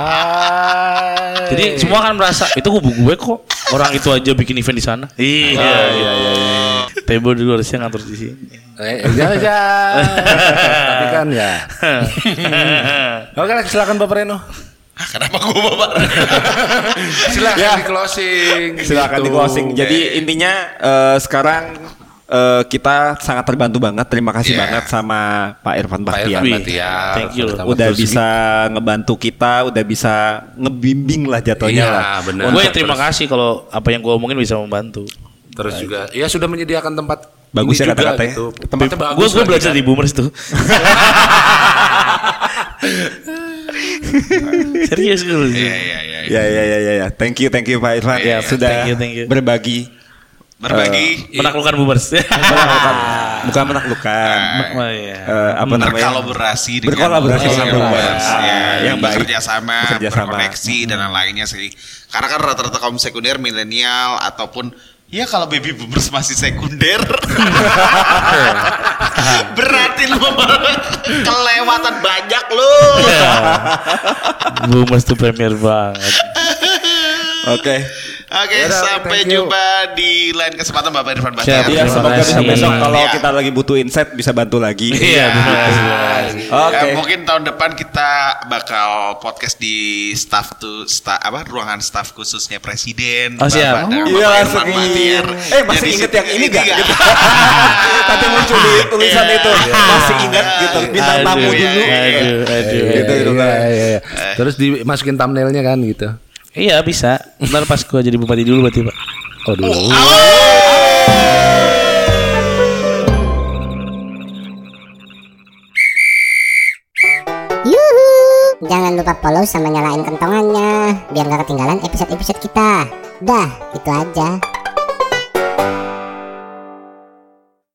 Jadi semua kan merasa itu kubu gue kok orang itu aja bikin event di sana. Iya iya iya. Tebo dulu harusnya ngatur di sini. Eh, jangan jangan. Tapi kan ya. Oke, silakan Bapak Reno. Ah, kenapa gue bapak? Silakan Ya. di closing. Silakan gitu. di closing. Jadi intinya eh, sekarang eh, kita sangat terbantu banget. Terima kasih Yeah. banget sama Pak Irfan Pak Bahtiar. Irfan Wih, Bahtiar. thank you loh. Pertama Udah terus bisa ngebantu kita, udah bisa ngebimbing lah jatuhnya Iya, lah. benar. Gue Untuk terima terus- kasih kalau apa yang gue omongin bisa membantu. Terus juga ya sudah menyediakan tempat Bagus ini ya juga kata-katanya. gitu. Tempatnya bagus. Gue gue lagi belajar kan. di Boomers tuh. Serius gue. Iya iya iya. Ya ya ya ya ya. Thank you thank you Pak Irfan Ya, sudah thank you, thank you. berbagi. Berbagi, Menaklukkan Boomers. Menaklukkan, bukan menaklukkan. Oh iya. Eh, apa namanya? berkolaborasi dengan Berkolaborasi dengan Boomers, Boomers. ya, Yang baik. bekerja sama, Bekerja sama. berkoneksi dan lain-lainnya sih. Karena kan rata-rata kaum sekunder milenial ataupun ya kalau baby boomers masih sekunder berarti lu kelewatan banyak lu. Boomers tuh premier banget. Oke. Oke, Yaudah, sampai thank you. jumpa di lain kesempatan Bapak Irfan Siap, Bahtiar. Iya, Terima semoga kasih. besok-besok kalau Iya. kita lagi butuh insight bisa bantu lagi. Iya, terima kasih, terima kasih. Oke. Ya, mungkin tahun depan kita bakal podcast di staff tuh sta, apa ruangan staff khususnya presiden. Oh, siap. Bapak, dan Iya, Bapak langsung Irfan ingin. Bahtiar. Eh, masih Jadi inget situ- yang ini nggak? nggak? Gitu. Tadi muncul di tulisan Iya. itu. Masih ingat gitu. Bintang tamu Aduh, dulu. Aduh, aduh. Gitu, gitu. Iya, iya, iya. Terus dimasukin thumbnailnya kan gitu. Iya bisa. Ntar pas gue jadi bupati dulu berarti Pak. Oh dulu. Yuhu! Jangan lupa follow sama nyalain kentongannya biar gak ketinggalan episode-episode kita. Dah, itu aja.